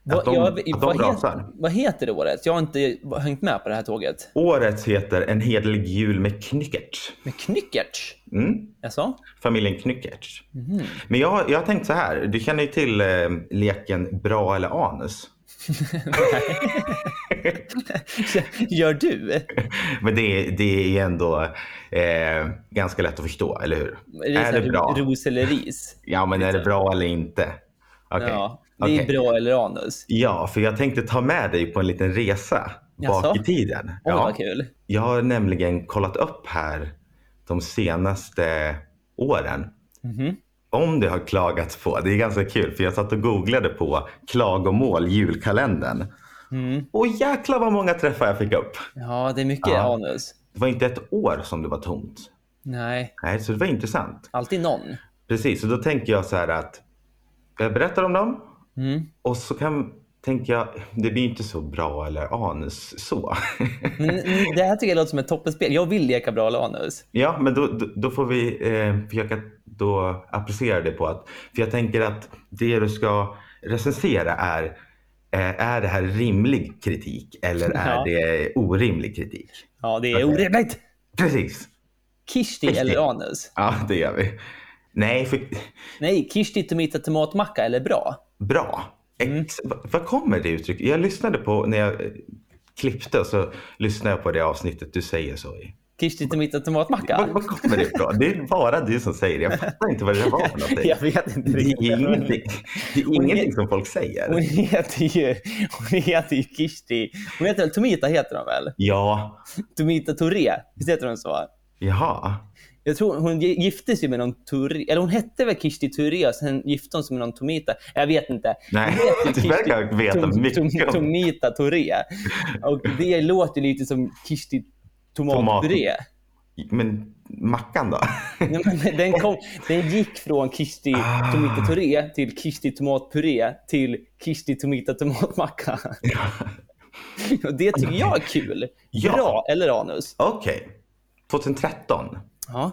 Att de, jag, att de vad, rasar. heter, vad heter det året? Jag har inte hängt med på det här tåget. Årets heter En hederlig jul med Knyckertz. Med Knyckertz? Mm. Jaså? Familjen Knyckertz. Mm. Men jag, jag har tänkt så här. Du känner ju till eh, leken bra eller anus. Gör du? Men det, det är ändå eh, ganska lätt att förstå, eller hur? Är det, är det bra? Ros eller ris? Ja, men är det bra eller inte? Okay. Ja, det är okay. bra eller anus. Ja, för jag tänkte ta med dig på en liten resa Jaså? bak i tiden. Oj, ja. vad kul. Jag har nämligen kollat upp här de senaste åren. Mm-hmm. Om det har klagats på. Det är ganska kul, för jag satt och googlade på klagomål julkalendern. Mm. Och jäklar vad många träffar jag fick upp. Ja, det är mycket ja. anus. Det var inte ett år som det var tomt. Nej. Nej, så det var intressant. Alltid någon. Precis, och då tänker jag så här att jag berättar om dem. Mm. Och så kan, tänker jag, det blir inte så bra eller anus så. Men det här tycker jag låter som ett toppenspel. Jag vill leka bra eller anus. Ja, men då, då, då får vi eh, försöka då applicera det på att, för jag tänker att det du ska recensera är, eh, är det här rimlig kritik eller är Ja. det orimlig kritik? Ja, det är Okay. orimligt. Precis. Kishti Kishti. eller anus? Ja, det gör vi. Nej, för... Nej, kishti, tomita, tomatmacka eller bra? Bra. Ex- mm. Vad kommer det uttryck? Jag lyssnade på, när jag eh, klippte och så lyssnade jag på det avsnittet du säger så i. Kishti, tomita, tomatmacka? Vad, vad kommer det ifrån? Det är bara du som säger det. Jag fattar inte vad det var för någonting. Jag vet inte det riktigt. är ingenting, det är ingenting som folk säger. Hon heter ju, hon heter ju Kishti. Hon heter väl Tomita, heter hon väl? Ja. Tomita Toré, visst heter hon så? Jaha. Jag tror hon gifte sig med någon Toré, eller hon hette väl Kishti Toré och sen gifte hon sig med någon Tomita. Jag vet inte. Nej, du verkar veta Tom, mycket tom, om... Tomita Toré. Och det låter lite som Kishti Tomat-Puré. Men mackan då? Nej, men den, kom, den gick från Kishti ah. Tomita Toré till Kishti Tomat-Puré till Kishti Tomita Tomatmacka. Och det tycker jag är kul. Ja. Bra eller anus? Okej. Okay. tjugohundratretton. Ja.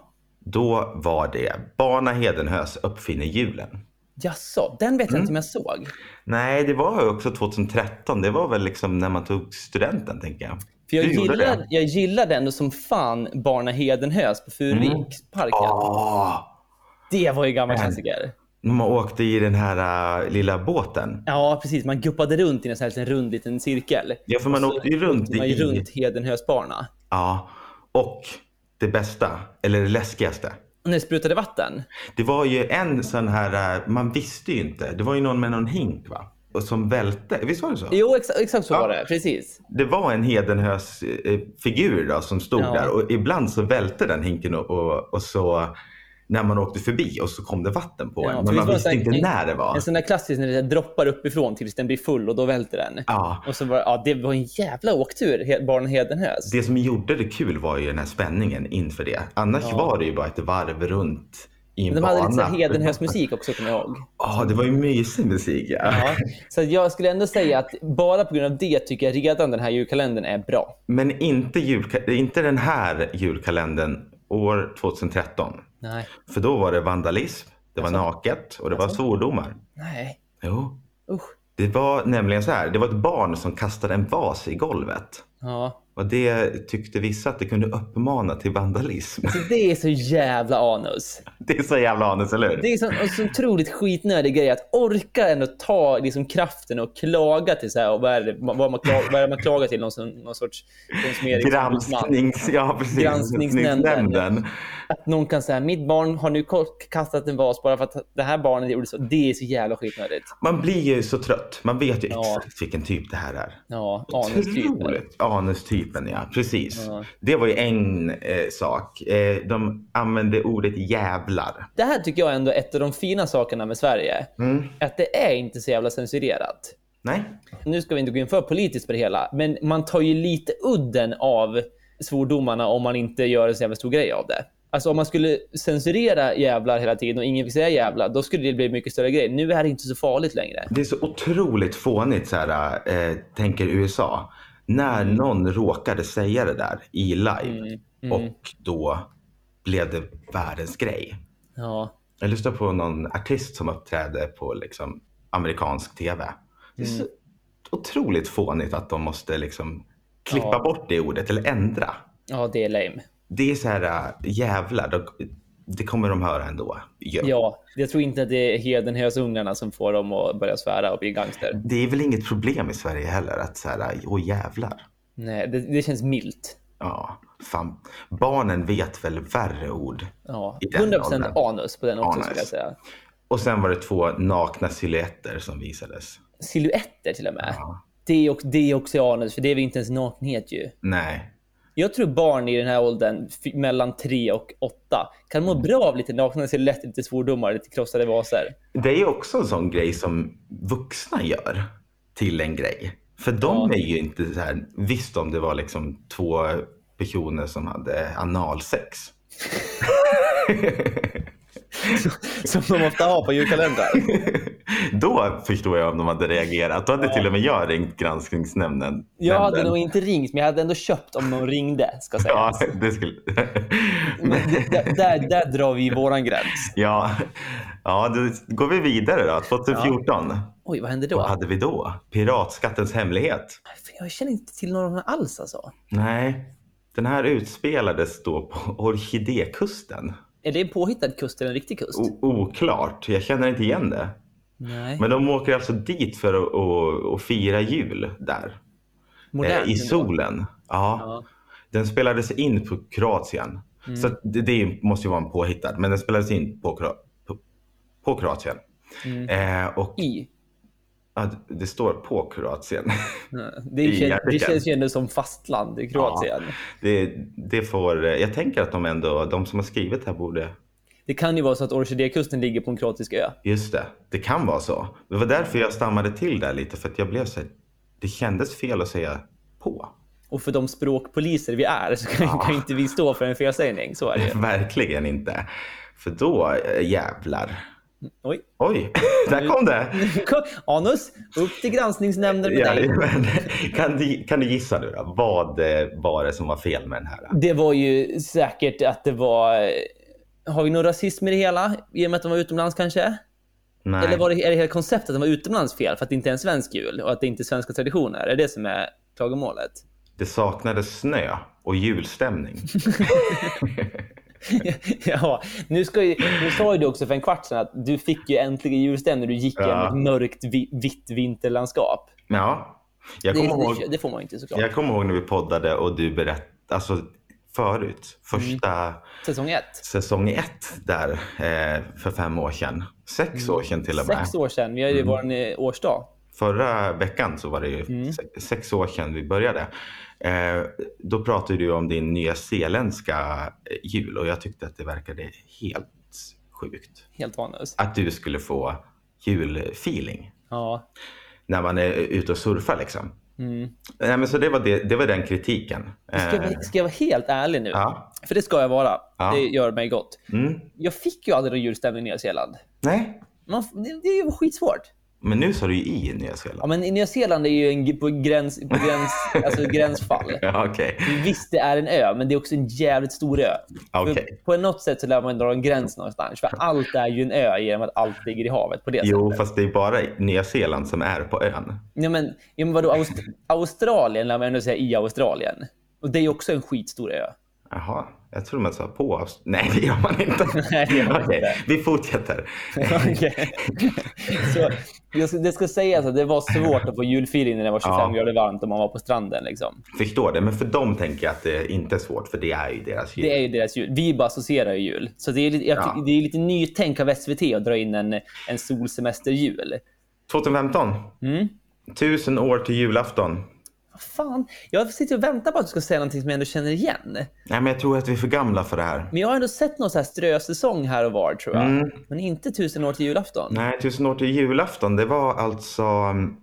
Då var det Barna Hedenhös uppfinner julen. Jaså, den vet jag mm. inte om jag såg. Nej, det var också tjugohundratretton. Det var väl liksom när man tog studenten, tänker jag. För jag, gillar, jag gillade ändå som fan Barna Hedenhös på Furuviksparken. Mm. Oh. Det var ju gammal klassiker. När man åkte i den här uh, lilla båten. Ja, precis. Man guppade runt i en sån här rund liten cirkel. Ja, för man åkte ju runt man i... runt Hedenhösbarna. Ja, och det bästa, eller det läskigaste. När det sprutade vatten. Det var ju en sån här, uh, man visste ju inte. Det var ju någon med någon hink, va? Och som välte, visst var det så? Jo, exakt, exakt så ja. var det, precis. Det var en Hedenhös eh, figur då, som stod ja. där. Och ibland så välte den hinken och, och, och så... När man åkte förbi och så kom det vatten på ja, en. Men man visste en, inte när det var. En sån där klassisk när det droppar uppifrån tills den blir full och då välter den. Ja. Och så var ja, det var en jävla åktur, Barna Hedenhös. Det som gjorde det kul var ju den här spänningen inför det. Annars ja. var det ju bara ett varv runt i en de bana. De hade lite Hedenhös musik också, kommer jag ihåg. Ja, det var ju mysig musik. Ja. Ja. Så jag skulle ändå säga att bara på grund av det tycker jag redan den här julkalendern är bra. Men inte, julka- inte den här julkalendern år tjugohundratretton. Nej. För då var det vandalism, det var alltså, naket och det alltså. var svordomar. Nej. Jo. Usch. Det var nämligen så här, det var ett barn som kastade en vas i golvet. Ja. Och det tyckte vissa att det kunde uppmana till vandalism. Så det är så jävla anus. Det är så jävla anus, eller hur? Det är så, en så otroligt skitnödig grej att orka ändå ta liksom kraften och klaga till så här, och vad är det, vad man, klagar, vad är det man klagar till? Någon, någon sorts Gransknings, ja, precis. Granskningsnämnden. Att någon kan säga, mitt barn har nu kastat en vas bara för att det här barnet gjorde så. Det är så jävla skitnödigt. Man blir ju så trött. Man vet ju ja. exakt vilken typ det här är. Ja, anustypen. Anustypen, ja. Precis. Ja. Det var ju en eh, sak. Eh, de använde ordet jävlar. Det här tycker jag ändå är ett av de fina sakerna med Sverige. Mm. Att det är inte så jävla censurerat. Nej. Nu ska vi inte gå in för politiskt på det hela. Men man tar ju lite udden av svordomarna om man inte gör en så jävla stor grej av det. Alltså om man skulle censurera jävlar hela tiden och ingen fick säga jävlar, då skulle det bli mycket större grej. Nu är det inte så farligt längre. Det är så otroligt fånigt så här, äh, tänker U S A. När mm. någon råkade säga det där i live mm. Mm. och då blev det världens grej. Ja. Jag lyssnade på någon artist som uppträdde på liksom amerikansk tv. Det är, så, otroligt fånigt att de måste liksom klippa ja. bort det ordet eller ändra. Ja, det är lame. Det är så här jävlar, då, det kommer de höra ändå. Ja. ja, jag tror inte att det är Hedenhös-ungarna som får dem att börja svära och bli gangster. Det är väl inget problem i Sverige heller att så här, åh jävlar. Nej, det, det känns milt. Ja, fan. Barnen vet väl värre ord. Ja, hundra procent anus på den också anus. Skulle jag säga. Och sen var det två nakna silhuetter som visades. Silhuetter till och med? Ja. Det är, också, det är också anus, för det är väl inte ens nakenhet ju. Nej. Jag tror barn i den här åldern, f- mellan tre och åtta, kan må bra av lite nakna silhuetter, lite svordomar, lite krossade vaser. Det är ju också en sån grej som vuxna gör till en grej. För de ja. är ju inte så här, visst om det var liksom två personer som hade analsex. Som de ofta har på julkalendrar. Då förstår jag om de hade reagerat. Då hade ja. till och med jag ringt granskningsnämnden. Jag hade nämnden. nog inte ringt, men jag hade ändå köpt om de ringde, ska sägas. Ja, det skulle... där, där, där drar vi våran gräns. Ja, ja då går vi vidare då. tjugohundrafjorton. Ja. Oj, vad hände då? Vad hade vi då? Piratskattens hemlighet. Jag känner inte till någon alls alltså. Nej, den här utspelades då på Orkidékusten. Är det en påhittad kust eller en riktig kust? O- oklart, jag känner inte igen det. Nej. Men de åker alltså dit för att, att, att fira jul där. Modernt, eh, I solen. Ja. ja. Den spelades in på Kroatien. Mm. Så det, det måste ju vara en påhittad. Men den spelades in på, på, på Kroatien. Mm. Eh, och, I? Ja, det står på Kroatien. Ja, det, känns, det känns ju ändå som fastland i Kroatien. Ja, det, det får, jag tänker att de ändå, de som har skrivit här borde... Det kan ju vara så att Orkidékusten ligger på en kroatisk ö. Just det, det kan vara så. Det var därför jag stammade till där lite. För att jag blev så här, det kändes fel att säga på. Och för de språkpoliser vi är så kan, ja. kan inte vi stå för en felsägning. Så är det. Verkligen inte. För då, jävlar... Oj. Oj, där kom det. Anus, upp till granskningsnämnden med ja, dig. Men, kan, du, kan du gissa nu då? Vad var det som var fel med den här? Det var ju säkert att det var... Har vi någon rasism i det hela? I och med att de var utomlands kanske? Nej. Eller var det, är det hela konceptet att de var utomlands fel för att det inte är en svensk jul och att det inte är svenska traditioner? Är det som är klagomålet? Det saknades snö och julstämning. Ja, nu, ska ju, nu sa ju du också för en kvart sedan att du fick ju äntligen julstämning när du gick ja. genom ett mörkt vitt vinterlandskap. Ja, jag kommer det, ihåg, det, det får man inte såklart. Jag kommer ihåg när vi poddade och du berättade, alltså förut, första mm. säsong ett. Säsong ett där eh, för fem år sedan. Sex mm. år sedan till och med. Sex år sedan, vi har ju mm. vår årsdag. Förra veckan så var det ju mm. sex, sex år sedan vi började. Eh, då pratade du om din nya zeeländska jul och jag tyckte att det verkade helt sjukt. Helt vanligt. Att du skulle få julfeeling. Ja. När man är ute och surfar liksom. Mm. Nej, men så det var, det, det var den kritiken. Ska jag, ska jag vara helt ärlig nu? Ja. För det ska jag vara. Ja. Det gör mig gott. Mm. Jag fick ju aldrig någon julstämning i Nya Zeeland. Nej. Man, det, det är ju skitsvårt. Men nu sa du ju i Nya Zeeland. Ja, men i Nya Zeeland är ju en på gräns, på gräns, alltså gränsfall. Ja, okay. Visst, det är en ö, men det är också en jävligt stor ö. Okay. På något sätt så lär man dra en gräns någonstans. För allt är ju en ö genom att allt ligger i havet på det jo, sättet. Fast det är bara Nya Zeeland som är på ön. Ja, men, ja, men vadå? Aust- Australien lär man ändå säga i Australien. Och det är ju också en skitstor ö. Jaha, jag tror man sa på Aust- Nej, det gör man inte. Nej, det gör man okay, inte. Vi fortsätter. Okay. Så jag ska, det ska sägas att det var svårt att få julfeeling när det var tjugofem ja. grader varmt och man var på stranden. Liksom. Förstår det, men för dem tänker jag att det inte är svårt, för det är ju deras jul. Det är ju deras jul. Vi bara associerar ju jul. Så det är, jag, ja. det är lite nytänk av S V T att dra in en, en solsemesterjul. tjugohundrafemton. Mm. Tusen år till julafton. Fan, jag sitter och väntar på att du ska säga någonting som jag ändå känner igen. Nej, men jag tror att vi är för gamla för det här. Men jag har ändå sett någon så här strösäsong här och var, tror jag. Mm. Men inte tusen år till julafton. Nej, tusen år till julafton, det var alltså um,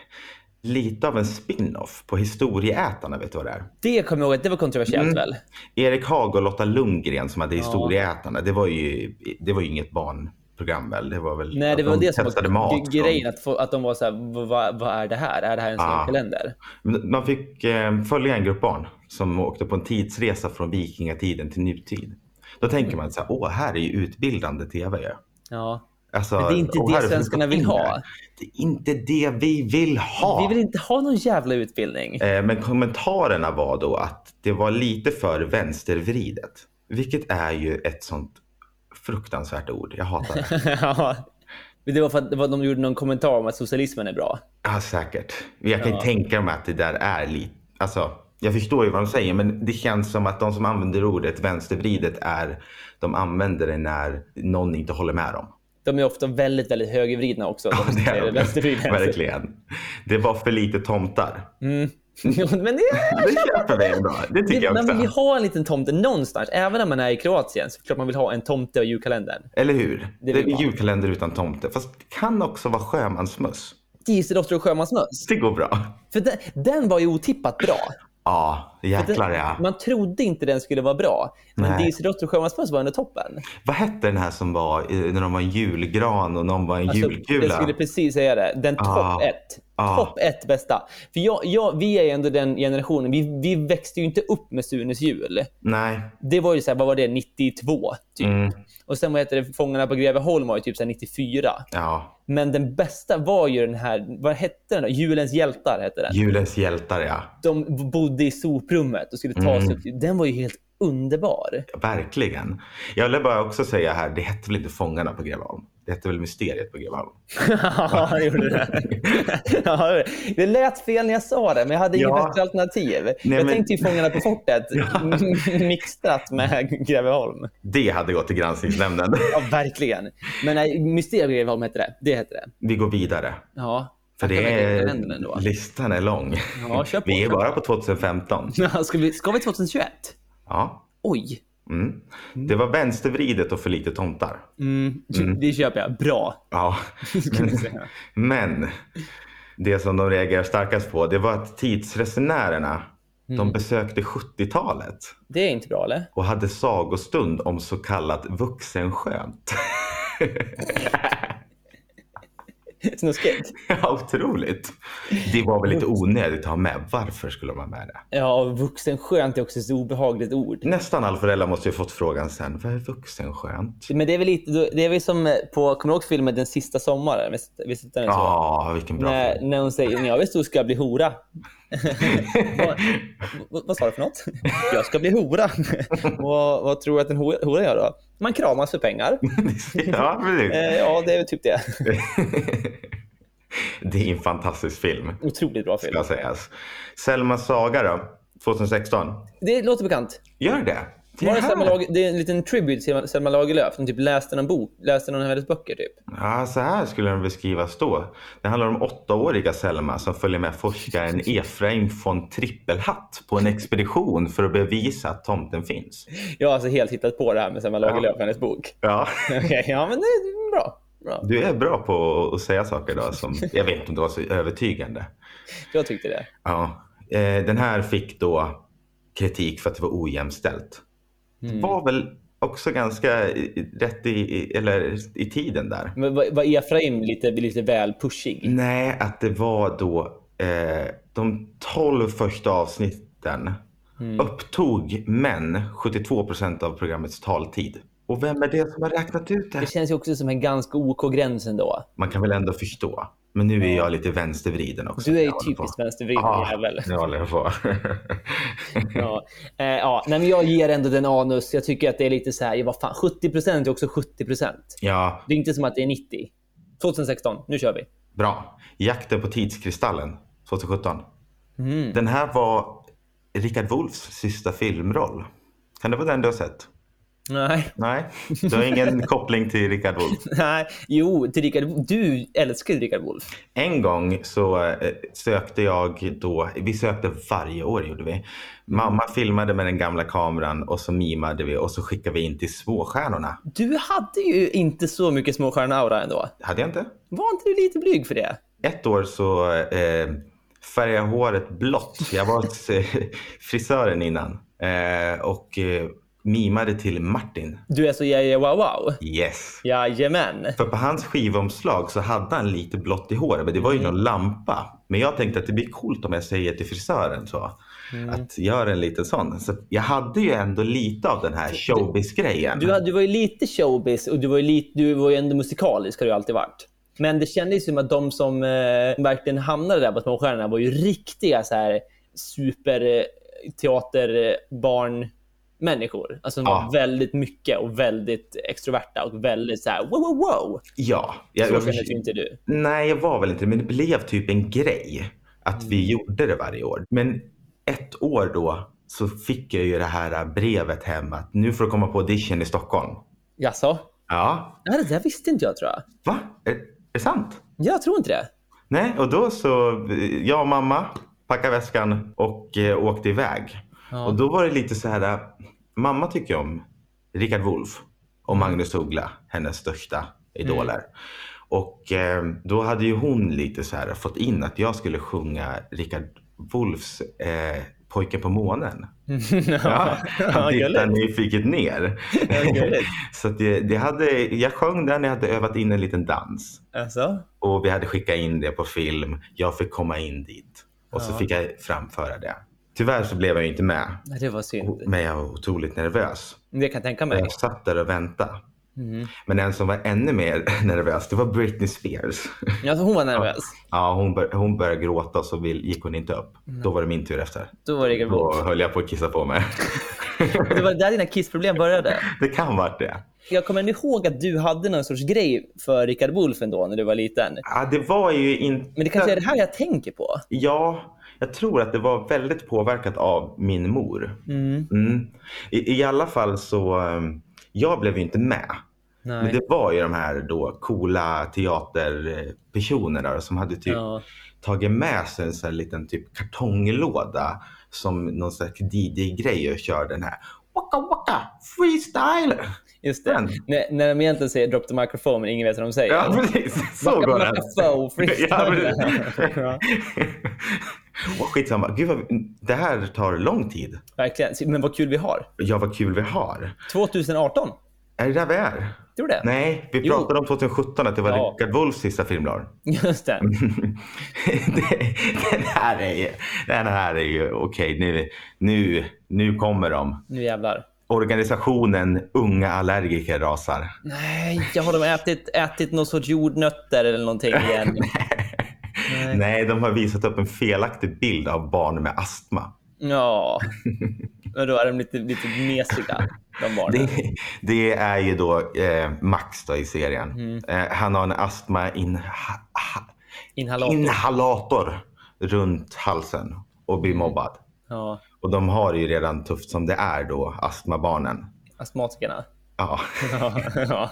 lite av en spin-off på Historieätarna, vet du vad det är? Det kommer jag ihåg att det var kontroversiellt mm. väl? Erik Haag och Lotta Lundgren som hade Historieätarna, ja. det var ju det var ju inget barnprogram väl? Det var väl Nej, det var de det som var mat grejen, att, få, att de var så här, vad, vad är det här? Är det här en sån ja. kalender? Man fick eh, följa en grupp barn som åkte på en tidsresa från vikingatiden till nutid. Då tänker man så här, åh, här är ju utbildande tv. Ja. Alltså, men det är inte det svenskarna vill ha. Det är inte det vi vill ha. Vi vill inte ha någon jävla utbildning. Eh, men kommentarerna var då att det var lite för vänstervridet. Vilket är ju ett sånt fruktansvärt ord. Jag hatar det. Ja. Det var för att det var, de gjorde någon kommentar om att socialismen är bra. Ja, säkert. Jag kan ja. tänka mig att det där är lite... Alltså, jag förstår ju vad de säger, men det känns som att de som använder ordet vänstervridet är... De använder det när någon inte håller med dem. De är ofta väldigt, väldigt högervridna också. Ja, de det är vänstervridna. Verkligen. Det var för lite tomtar. Mm. men det, det köper vi ändå. Det tycker det, jag också. Man vill ha en liten tomte någonstans. Även när man är i Kroatien så klart man vill ha en tomte och julkalendern. Eller hur? Det, det är julkalender utan tomte. Fast det kan också vara sjömansmöss. Dieseldotter och sjömansmöss. Det går bra. För den, den var ju otippat bra. Ja, jäklar den, ja. Man trodde inte den skulle vara bra. Men Dieseldotter och sjömansmöss var ändå toppen. Vad hette den här som var när de var en julgran och någon var en alltså, julkula? Jag skulle precis säga det. Den topp ah. ett. Ah. Topp ett bästa. För jag, jag, vi är ändå den generationen. Vi, vi växte ju inte upp med Sunes jul. Nej. Det var ju så här, vad var det? nittiotvå typ. Mm. Och sen vad heter det? Fångarna på Greveholm var ju typ så här nittiofyra. Ja. Men den bästa var ju den här, vad hette den då? Julens hjältar hette den. Julens hjältar, ja. De bodde i soprummet och skulle ta sig mm. upp. Den var ju helt underbar. Ja, verkligen. Jag vill bara också säga här, det hette väl inte Fångarna på Greveholm. Det hette väl Mysteriet på Greveholm. Ja, det gjorde det. Ja, det lät fel när jag sa det, men jag hade inget ja. bättre alternativ. Nej, jag men... tänkte ju Fångarna på fortet ja. mixtrat med Greveholm. Det hade gått till granskningsnämnden. Ja, verkligen. Men nej, Mysteriet på Greveholm hette det. Det hette det. Vi går vidare. Ja. För det är, listan är lång. Ja, kör på, vi är kör bara på tjugohundrafemton. Ja, ska, vi, ska vi tjugohundratjugoett? Ja. Oj. Mm. Det var vänstervridet och för lite tomtar. Mm. Mm. Det köper jag. Bra. Ja. Men, men det som de reagerar starkast på, det var att tidsresenärerna mm. de besökte sjuttiotalet. Det är inte bra, eller? Och hade sagostund om så kallat vuxenskönt. Snuskigt. Ja, otroligt. Det var väl lite onödigt att ha med. Varför skulle man ha med det? Ja, vuxenskönt är också ett så obehagligt ord. Nästan alla föräldrar måste ju fått frågan sen. Vad är vuxenskönt? Men det är väl lite, det är väl som på, kommer du ihåg filmen Den sista sommaren? Visst är den så? Ja, vilken bra när, film. När hon säger, när jag visst du ska bli hora. vad, vad, vad sa du för något? Jag ska bli hora. vad, vad tror du att en hora, hora gör då? Man kramas för pengar. Ja, precis. Ja, det är typ det. Det är en fantastisk film. Otroligt bra film. Ska sägas. Selmas saga då? tjugohundrasexton. Det låter bekant. Gör det? Det är, Selma Lager, det är en liten tribute till Selma Lagerlöf som typ läste någon bok, läste någon av hennes böcker typ. Ja, så här skulle den beskrivas då. Det handlar om åttaåriga Selma som följer med forskaren Efraim von Trippelhatt på en expedition för att bevisa att tomten finns. Jag har alltså helt hittat på det här med Selma Lagerlöf, ja. hennes bok. Ja. Okay, ja, men det är bra. bra. Du är bra på att säga saker då som jag vet inte om det var så övertygande. Jag tyckte det. Ja. Den här fick då kritik för att det var ojämställt. Mm. Var väl också ganska rätt i, eller i tiden där. Men var, var Efraim lite, lite väl pushig? Nej, att det var då eh, de tolv första avsnitten mm. upptog män sjuttiotvå procent av programmets taltid. Och vem är det som har räknat ut det? Det känns ju också som en ganska OK-gräns ändå. Man kan väl ändå förstå. Men nu är jag lite vänstervriden också. Du är ju typiskt vänstervriden ah, jävel. Nu håller jag på. ja, eh, ja. Nej, men jag ger ändå den anus. Jag tycker att det är lite så här, ja, vad fan, sjuttio procent är också sjuttio procent. Ja. Det är inte som att det är nittio. tjugohundrasexton, nu kör vi. Bra. Jakten på tidskristallen, tjugosjutton. Mm. Den här var Richard Wolffs sista filmroll. Kan det vara den du har sett? Nej. Nej, du har ingen koppling till Richard Wolff. Nej, jo, till Richard Wolff. Du älskar Richard Wolff. En gång så eh, sökte jag då, vi sökte varje år gjorde vi. Mamma filmade med den gamla kameran och så mimade vi och så skickade vi in till småstjärnorna. Du hade ju inte så mycket småstjärna-aura ändå. Hade jag inte? Var inte du lite blyg för det? Ett år så eh, färgade jag håret blått. Jag var eh, frisören innan. Eh, och... Eh, mimade till Martin. Du är så ja, ja, wow, wow. Yes. Jajamän. För på hans skivomslag så hade han lite blått i håret. Men det var ju mm. någon lampa. Men jag tänkte att det blir coolt om jag säger till frisören så. Mm. Att göra en liten sån. Så jag hade ju ändå lite av den här showbiz-grejen. Du, du, du var ju lite showbiz och du var ju, lite, du var ju ändå musikalisk har du alltid varit. Men det kändes som att de som eh, verkligen hamnade där på Småstjärnorna var ju riktiga så här superteaterbarnmänniskor. Alltså de ja. var väldigt mycket och väldigt extroverta och väldigt så här wow, wow, wow. Ja. Jag, så kände ju inte du. Nej, jag var väl inte det. Men det blev typ en grej att mm. vi gjorde det varje år. Men ett år då så fick jag ju det här brevet hem att nu får du komma på audition i Stockholm. Jaså? Ja. Ja, det där visste inte jag, tror jag. Va? Är, är det sant? Jag tror inte det. Nej, och då så jag och mamma packade väskan och eh, åkte iväg. Ja. Och då var det lite så här, mamma tycker om Rickard Wolff och Magnus Uggla, hennes största idoler. Mm. Och eh, då hade ju hon lite så här fått in att jag skulle sjunga Rickard Wolffs eh, Pojken på månen. Ja, han tittade nyfiket ner. Så det, det hade, jag sjöng den, jag hade övat in en liten dans. Alltså? Och vi hade skickat in det på film. Jag fick komma in dit. Och ja. så fick jag framföra det. Tyvärr så blev jag inte med. Det var synd. Men jag var otroligt nervös. Det kan jag tänka mig. Jag satt där och väntade. Mm. Men en som var ännu mer nervös, det var Britney Spears. Ja, hon var nervös. Ja, hon, bör, hon började gråta och så vill, gick hon inte upp. Mm. Då var det min tur efter. Då var det Då höll jag på att kissa på mig. Det var där dina kissproblem började. Det kan vara det. Jag kommer ihåg att du hade någon sorts grej för Rickard Wolff ändå när du var liten. Ja, det var ju inte... Men det kanske är det här jag tänker på. Ja, jag tror att det var väldigt påverkat av min mor. Mm. Mm. I, I alla fall så... Jag blev ju inte med. Nej. Men det var ju de här då coola teaterpersonerna som hade typ ja. tagit med sig en sån här liten typ kartonglåda som någon slags D J-grej och kör den här waka waka freestyle. Just det. När, när de egentligen säger drop the microphone men ingen vet vad de säger. Ja, precis. Så waka, går waka det. Flow, freestyle. Ja, och skitsamma. Gud, vad, det här tar lång tid. Verkligen. Men vad kul vi har. Ja, vad kul vi har. tjugo arton. Är det där vi är? Tror det? Nej, vi pratade jo. om tjugo sjutton att det var ja. Rickard Wolffs sista filmdag. Just det. det. Den här är ju, den här är ju okej. Nu, nu, nu kommer de. Nu jävlar. Organisationen Unga Allergiker rasar. Nej, jag har de ätit, ätit någon sorts jordnötter eller någonting igen. Nej. Nej, de har visat upp en felaktig bild av barn med astma. Ja, men då är de lite, lite mesiga, de barnen. Det, det är ju då eh, Max då i serien. Mm. Eh, han har en astma inha, inhalator. inhalator runt halsen och blir mobbad. Ja. Och de har ju redan tufft som det är då, astmabarnen. Astmatikerna. Ja. Ja.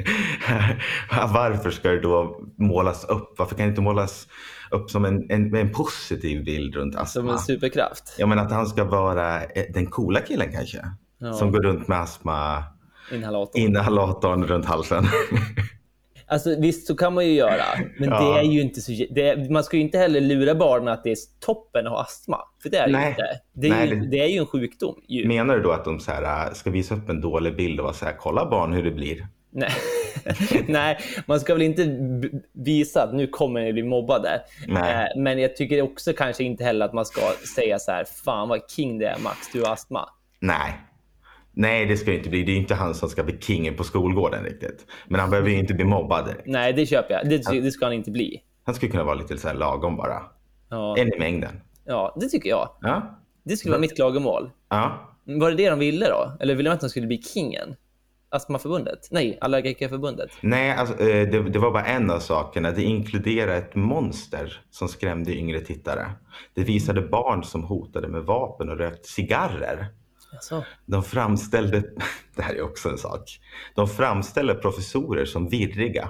Varför ska det då målas upp? Varför kan det inte målas upp som en, en, en positiv bild runt astma? Som en superkraft. Jag menar att han ska vara den coola killen kanske. Ja. Som går runt med astma. Inhalatorn. Inhalatorn runt halsen. Alltså visst så kan man ju göra. Men ja. det är ju inte så... Det är, man ska ju inte heller lura barnen att det är toppen att ha astma. För det är det ju inte. Det är, Nej, ju, det är ju en sjukdom. Ju. Menar du då att de så här, ska visa upp en dålig bild och säga kolla barn hur det blir? Nej. Nej, man ska väl inte b- visa att nu kommer ni bli mobbade. Nej. Eh, men jag tycker också kanske inte heller att man ska säga så här, fan vad king det är Max, du har astma. Nej. Nej, det ska ju inte bli. Det är inte han som ska bli kingen på skolgården riktigt. Men han behöver ju inte bli mobbad. Nej, det köper jag. Det, det ska han inte bli. Han skulle kunna vara lite så här lagom bara. Ja. En i mängden. Ja, det tycker jag. Ja. Det skulle vara mitt klagomål. Ja. Var det det de ville då? Eller ville de att han skulle bli kingen? Astmaförbundet? Nej, Allergikerförbundet. Nej, alltså, det, det var bara en av sakerna. Det inkluderar ett monster som skrämde yngre tittare. Det visade barn som hotade med vapen och rökt cigarrer. Alltså. De framställde, det här är också en sak, de framställde professorer som virriga.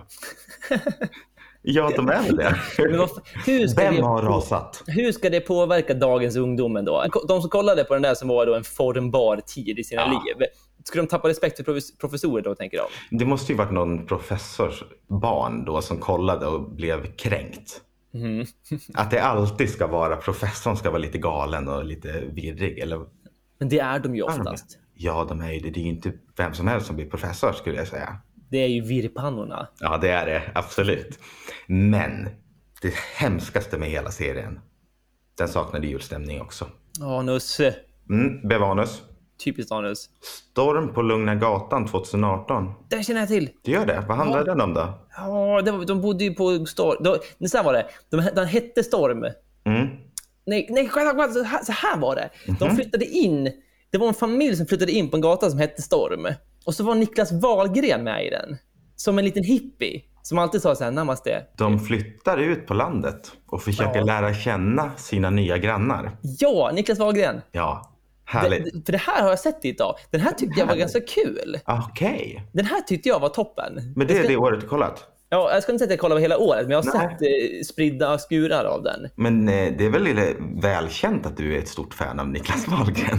Ja, de är väl det. Men vad, hur ska Vem det, har rasat? Hur ska det påverka dagens ungdomen då? De som kollade på den där som var då en formbar tid i sina ja. liv. Skulle de tappa respekt för professorer då, tänker de? Det måste ju varit någon professors barn då som kollade och blev kränkt. Mm. Att det alltid ska vara, professorn ska vara lite galen och lite virrig. Eller... Men det är de ju oftast. Ja, de är ju det. Det är ju inte vem som helst som blir professor skulle jag säga. Det är ju virrpannorna. Ja, det är det. Absolut. Men det hemskaste med hela serien, den saknade julstämning också. Anus. Mm, Bevanus. Typiskt anus. Storm på Lugna gatan tjugo arton. Det känner jag till. Det gör det. Vad handlar ja. den om då? Ja, det var, de bodde ju på Storm. De, så här var det. De, den hette Storm. Mm. Nej, nej, så här, så här var det. De Mm-hmm. flyttade in. Det var en familj som flyttade in på en gata som hette Storm. Och så var Niklas Wahlgren med i den. Som en liten hippie. Som alltid sa så här, namaste. De flyttar ut på landet och försöker ja. lära känna sina nya grannar. Ja, Niklas Wahlgren. Ja, härligt. Det, för det här har jag sett idag. Den här tyckte jag var ganska kul. Okej. Okay. Den här tyckte jag var toppen. Men det är ska... det året du kollat? Ja, jag ska inte säga att jag kollar hela året, men jag har Nej. sett eh, spridda skurar av den. Men eh, det är väl lite välkänt att du är ett stort fan av Niklas Wahlgren.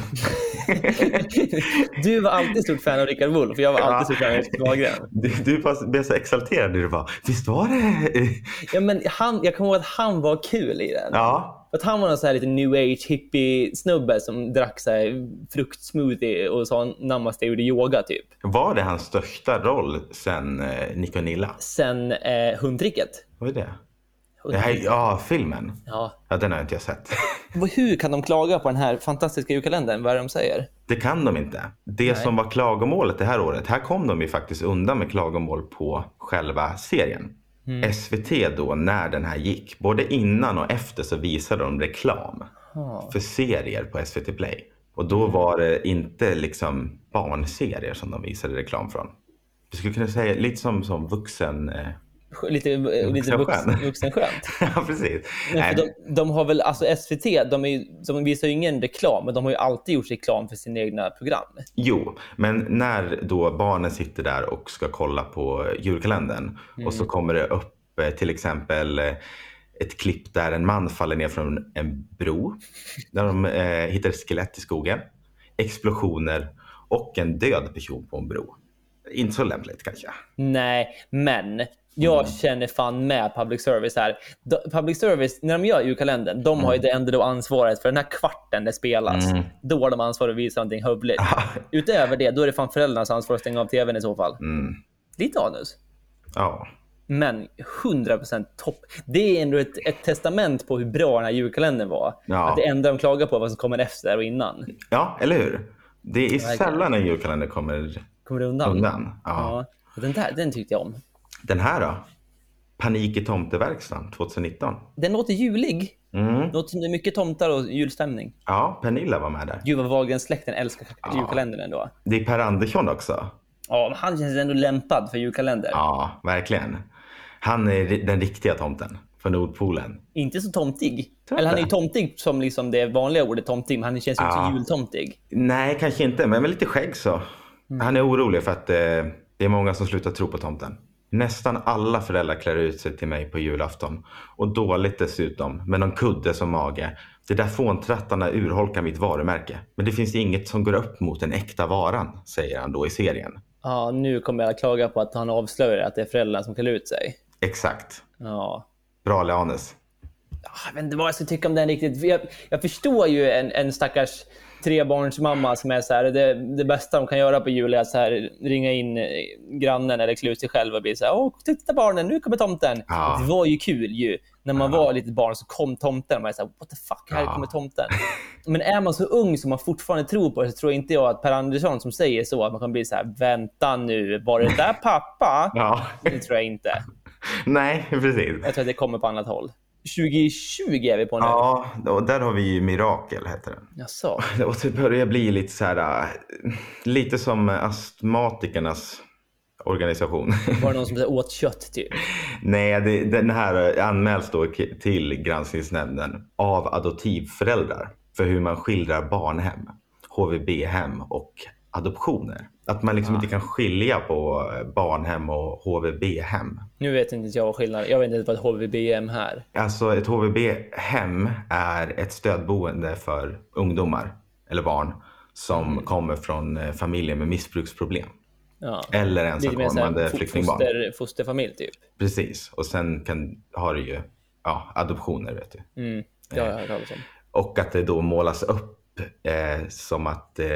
Du var alltid stort fan av Rickard Wolff, för jag var alltid ja. stort fan av Rickard Wahlgren. Du, du blev så exalterad när du var, visst var det? Ja, men han, jag kommer ihåg att han var kul i den. Ja. Att han var någon så här lite new age hippie snubbe som drack så här fruktsmoothie och sa namaste och gjorde yoga typ. Var det hans största roll sen eh, Nick och Nilla? Sen eh, Hundtricket. Vad är det? Det här, ja, filmen. Ja. Ja, den har jag inte sett. Hur kan de klaga på den här fantastiska julkalendern? Vad är det de säger? Det kan de inte. Det Nej. som var klagomålet det här året, här kom de ju faktiskt undan med klagomål på själva serien. Mm. S V T då, när den här gick, både innan och efter så visade de reklam oh. för serier på S V T Play. Och då var det inte liksom barnserier som de visade reklam från. Du skulle kunna säga lite som, som vuxen... Eh, lite lite vuxen, vuxenskönt. Ja, precis. Men de, de har väl, alltså S V T, de, är, de visar ju ingen reklam, men de har ju alltid gjort reklam för sina egna program. Jo, men när då barnen sitter där och ska kolla på julkalendern mm. och så kommer det upp till exempel ett klipp där en man faller ner från en bro, där de eh, hittar ett skelett i skogen, explosioner och en död person på en bro. Inte så lämpligt kanske. Nej, men jag mm. känner fan med public service här. Public service, när de gör julkalendern, de mm. har ju det ändå ansvaret för den här kvarten det spelas. Mm. Då har de ansvar att visa någonting hövligt. Utöver det, då är det fan föräldrarnas ansvar att stänga av tvn i så fall. Mm. Lite anus. Ja. Men hundra procent topp. Det är ändå ett, ett testament på hur bra den här julkalendern var. Ja. Att det enda de klagar på vad som kommer efter och innan. Ja, eller hur? Det är sällan en julkalender kommer, kommer undan. undan. Ja. Ja. Den där, den tyckte jag om. Den här då? Panik i tomteverkstan tjugonitton. Den låter julig. Mm. Låter mycket tomtar och julstämning. Ja, Pernilla var med där. Gud vad Wahlgren-släkten älskar ja. julkalendern ändå. Det är Per Andersson också. Ja, men han känns ändå lämpad för julkalender. Ja, verkligen. Han är den riktiga tomten för Nordpolen. Inte så tomtig. Tomte. Eller han är ju tomtig som liksom det vanliga ordet tomtig, men han känns ju ja. inte jultomtig. Nej, kanske inte, men med lite skägg så. Mm. Han är orolig för att eh, det är många som slutar tro på tomten. Nästan alla föräldrar klär ut sig till mig på julafton. Och dåligt dessutom, med någon kudde som mage. Det där fåntrattarna urholkar mitt varumärke. Men det finns inget som går upp mot den äkta varan, säger han då i serien. Ja, nu kommer jag klaga på att han avslöjar att det är föräldrarna som klär ut sig. Exakt. Ja. Bra Leanes. Jag vet inte vad jag ska tycka om den riktigt. Jag, jag förstår ju en, en stackars trebarnsmamma som är så här, det, det bästa de kan göra på jul är att så här, ringa in grannen eller klä ut sig själv och bli så här, åh, titta barnen, nu kommer tomten. Ja. Det var ju kul ju. När man ja. var lite barn så kom tomten och man är så här, what the fuck, här ja. kommer tomten. Men är man så ung som man fortfarande tror på det, så tror inte jag att Per Andersson som säger så, att man kan bli så här, vänta nu, var det där pappa? Ja. Det tror jag inte. Nej, precis. Jag tror att det kommer på annat håll. tjugo tjugo är vi på nu. Ja, och där har vi ju Mirakel, heter den. Jaså. Och det börjar bli lite så här, lite som astmatikernas organisation. Var det någon som åt kött typ? Nej, det, den här anmäls då till granskningsnämnden av adoptivföräldrar för hur man skildrar barnhem, H V B-hem och adoptioner. Att man liksom ja. inte kan skilja på barnhem och H V B-hem. Nu vet inte jag vad skillnaden. Jag vet inte vad ett H V B-hem här. Alltså ett H V B-hem är ett stödboende för ungdomar eller barn som mm. kommer från familjer med missbruksproblem. Ja. Eller ensamkommande flyktingbarn. Foster, fosterfamilj typ. Precis. Och sen kan, har du ju ja, adoptioner, vet du. Mm. Det har jag hört talas om. Och att det då målas upp eh, som att eh,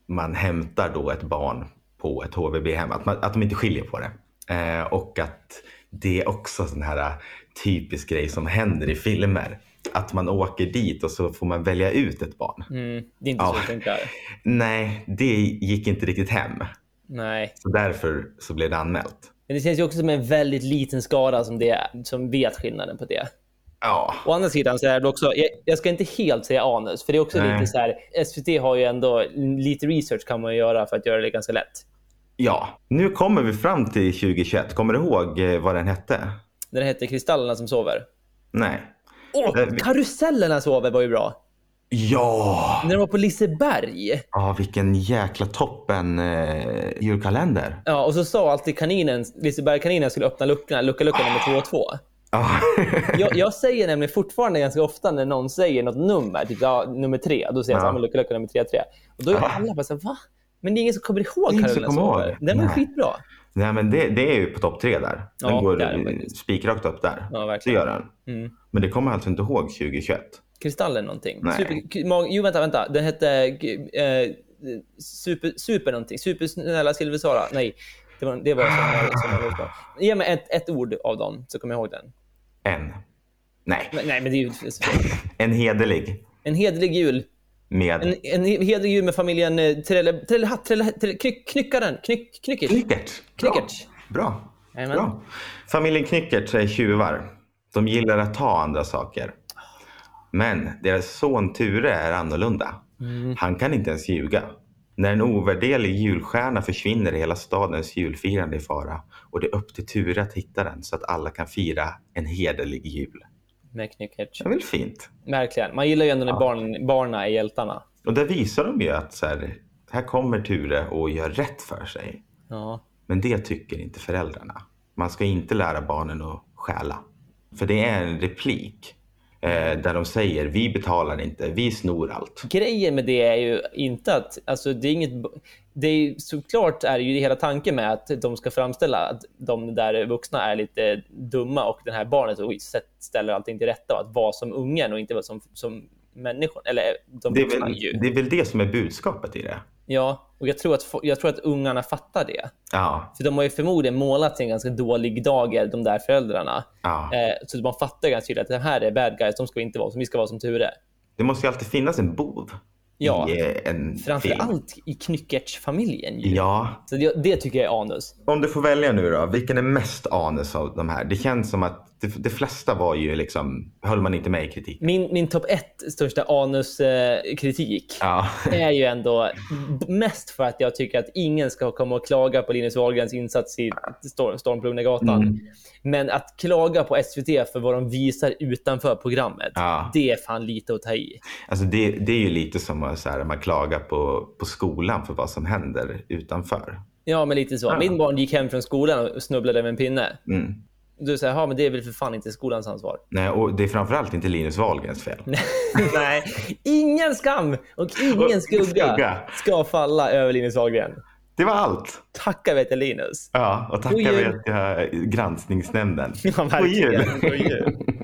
man hämtar då ett barn på ett H V B-hem. Att, man, att de inte skiljer på det. Eh, och att det är också sån här typisk grej som händer i filmer. Att man åker dit och så får man välja ut ett barn. Mm, det är inte ja. så funkar. Nej, det gick inte riktigt hem. Nej. Så därför så blev det anmält. Men det känns ju också som en väldigt liten skara som, det, som vet skillnaden på det. Ja. Å andra sidan så är det också, jag, jag ska inte helt säga anus, för det är också Nej. lite så här, S V T har ju ändå lite research kan man göra för att göra det ganska lätt. Ja, nu kommer vi fram till tjugohundratjugoett. Kommer du ihåg vad den hette? Den hette Kristallerna som sover. Nej. Åh, oh, Karusellerna sover var ju bra. Ja! När de var på Liseberg. Ja, vilken jäkla toppen eh, julkalender. Ja, och så sa alltid kaninen, Liseberg-kaninen skulle öppna luckorna, lucka lucka nummer två och två. Ah. jag, jag säger nämligen fortfarande ganska ofta när någon säger något nummer, typ ja, nummer tre, då säger jag samma lucka lucka nummer tre tre. Och då är ah. alla bara så här, va? Men det är ingen som kommer ihåg Karusellerna sover. Den var skitbra. Nej, men det, det är ju på topp tre där. Den ja, går spikrakt upp där. Ja, verkligen. Det gör den. Mm. Men det kommer alltså inte ihåg tjugohundratjugoett. Kristallen någonting. Super, jo, vänta, vänta. Den hette eh, super, super någonting. Supersnälla Silversara. Nej, det var, det var som jag Ge mig ett, ett ord av dem så kommer jag ihåg den. En. Nej. Men, nej, men det är ju... En hederlig. En hederlig jul. Med. En, en hederlig jul med familjen Trelle, Trellehatt, Trellehatt, Trelle, knyck, Knyckaren, knyck, Knyckert. Knyckert. Knyckert. Bra. Bra. Bra. Familjen Knyckert är tjuvar. De gillar att ta andra saker. Men deras son Ture är annorlunda. Mm. Han kan inte ens ljuga. När en ovärderlig julstjärna försvinner i hela stadens julfirande i fara. Och det är upp till Ture att hitta den så att alla kan fira en hederlig jul. Med Knyckert. Det är väl fint. Verkligen. Man gillar ju ändå när ja. barn, barna är hjältarna. Och där visar de ju att så här, här kommer Ture och gör rätt för sig. Ja. Men det tycker inte föräldrarna. Man ska inte lära barnen att stjäla. För det är en replik. Eh, där de säger, vi betalar inte, vi snor allt. Grejen med det är ju inte att, alltså det är inget, det är såklart är ju hela tanken med att de ska framställa att de där vuxna är lite dumma och den här barnet ställer allting till rätta och att vara som ungen och inte vara som, som människor. Eller de det, är väl, ju. det är väl det som är budskapet i det. Ja, och jag tror att, jag tror att ungarna fattar det. Ja. För de har ju förmodligen målat till en ganska dålig dager, de där föräldrarna. Ja. Eh, så man fattar ganska tydligt att det här är bad guys, de ska inte vara som vi ska vara som Ture. Det måste ju alltid finnas en bov. Ja, i en framförallt i Knyckerts-familjen. Ju. Ja. Så det, det tycker jag är anus. Om du får välja nu då, vilken är mest anus av de här? Det känns som att det, det flesta var ju liksom, höll man inte med i kritik. Min, min topp ett största anus-kritik eh, ja. är ju ändå mest för att jag tycker att ingen ska komma och klaga på Linus Wahlgrens insats i Storm, Storm på Lugna gatan. Mm. Men att klaga på S V T för vad de visar utanför programmet, ja. det är fan lite att ta i. Alltså det, det är ju lite som att så här, man klagar på, på skolan för vad som händer utanför. Ja, men lite så. Ja. Min barn gick hem från skolan och snubblade med en pinne. Mm. Du säger, ja men det är väl för fan inte skolans ansvar. Nej, och det är framförallt inte Linus Wahlgrens fel. Nej, ingen skam och ingen skugga, skugga ska falla över Linus Wahlgren. Det var allt. Tacka vet jag Linus. Ja, och tacka vet jag granskningsnämnden. Ja, verkligen. God jul.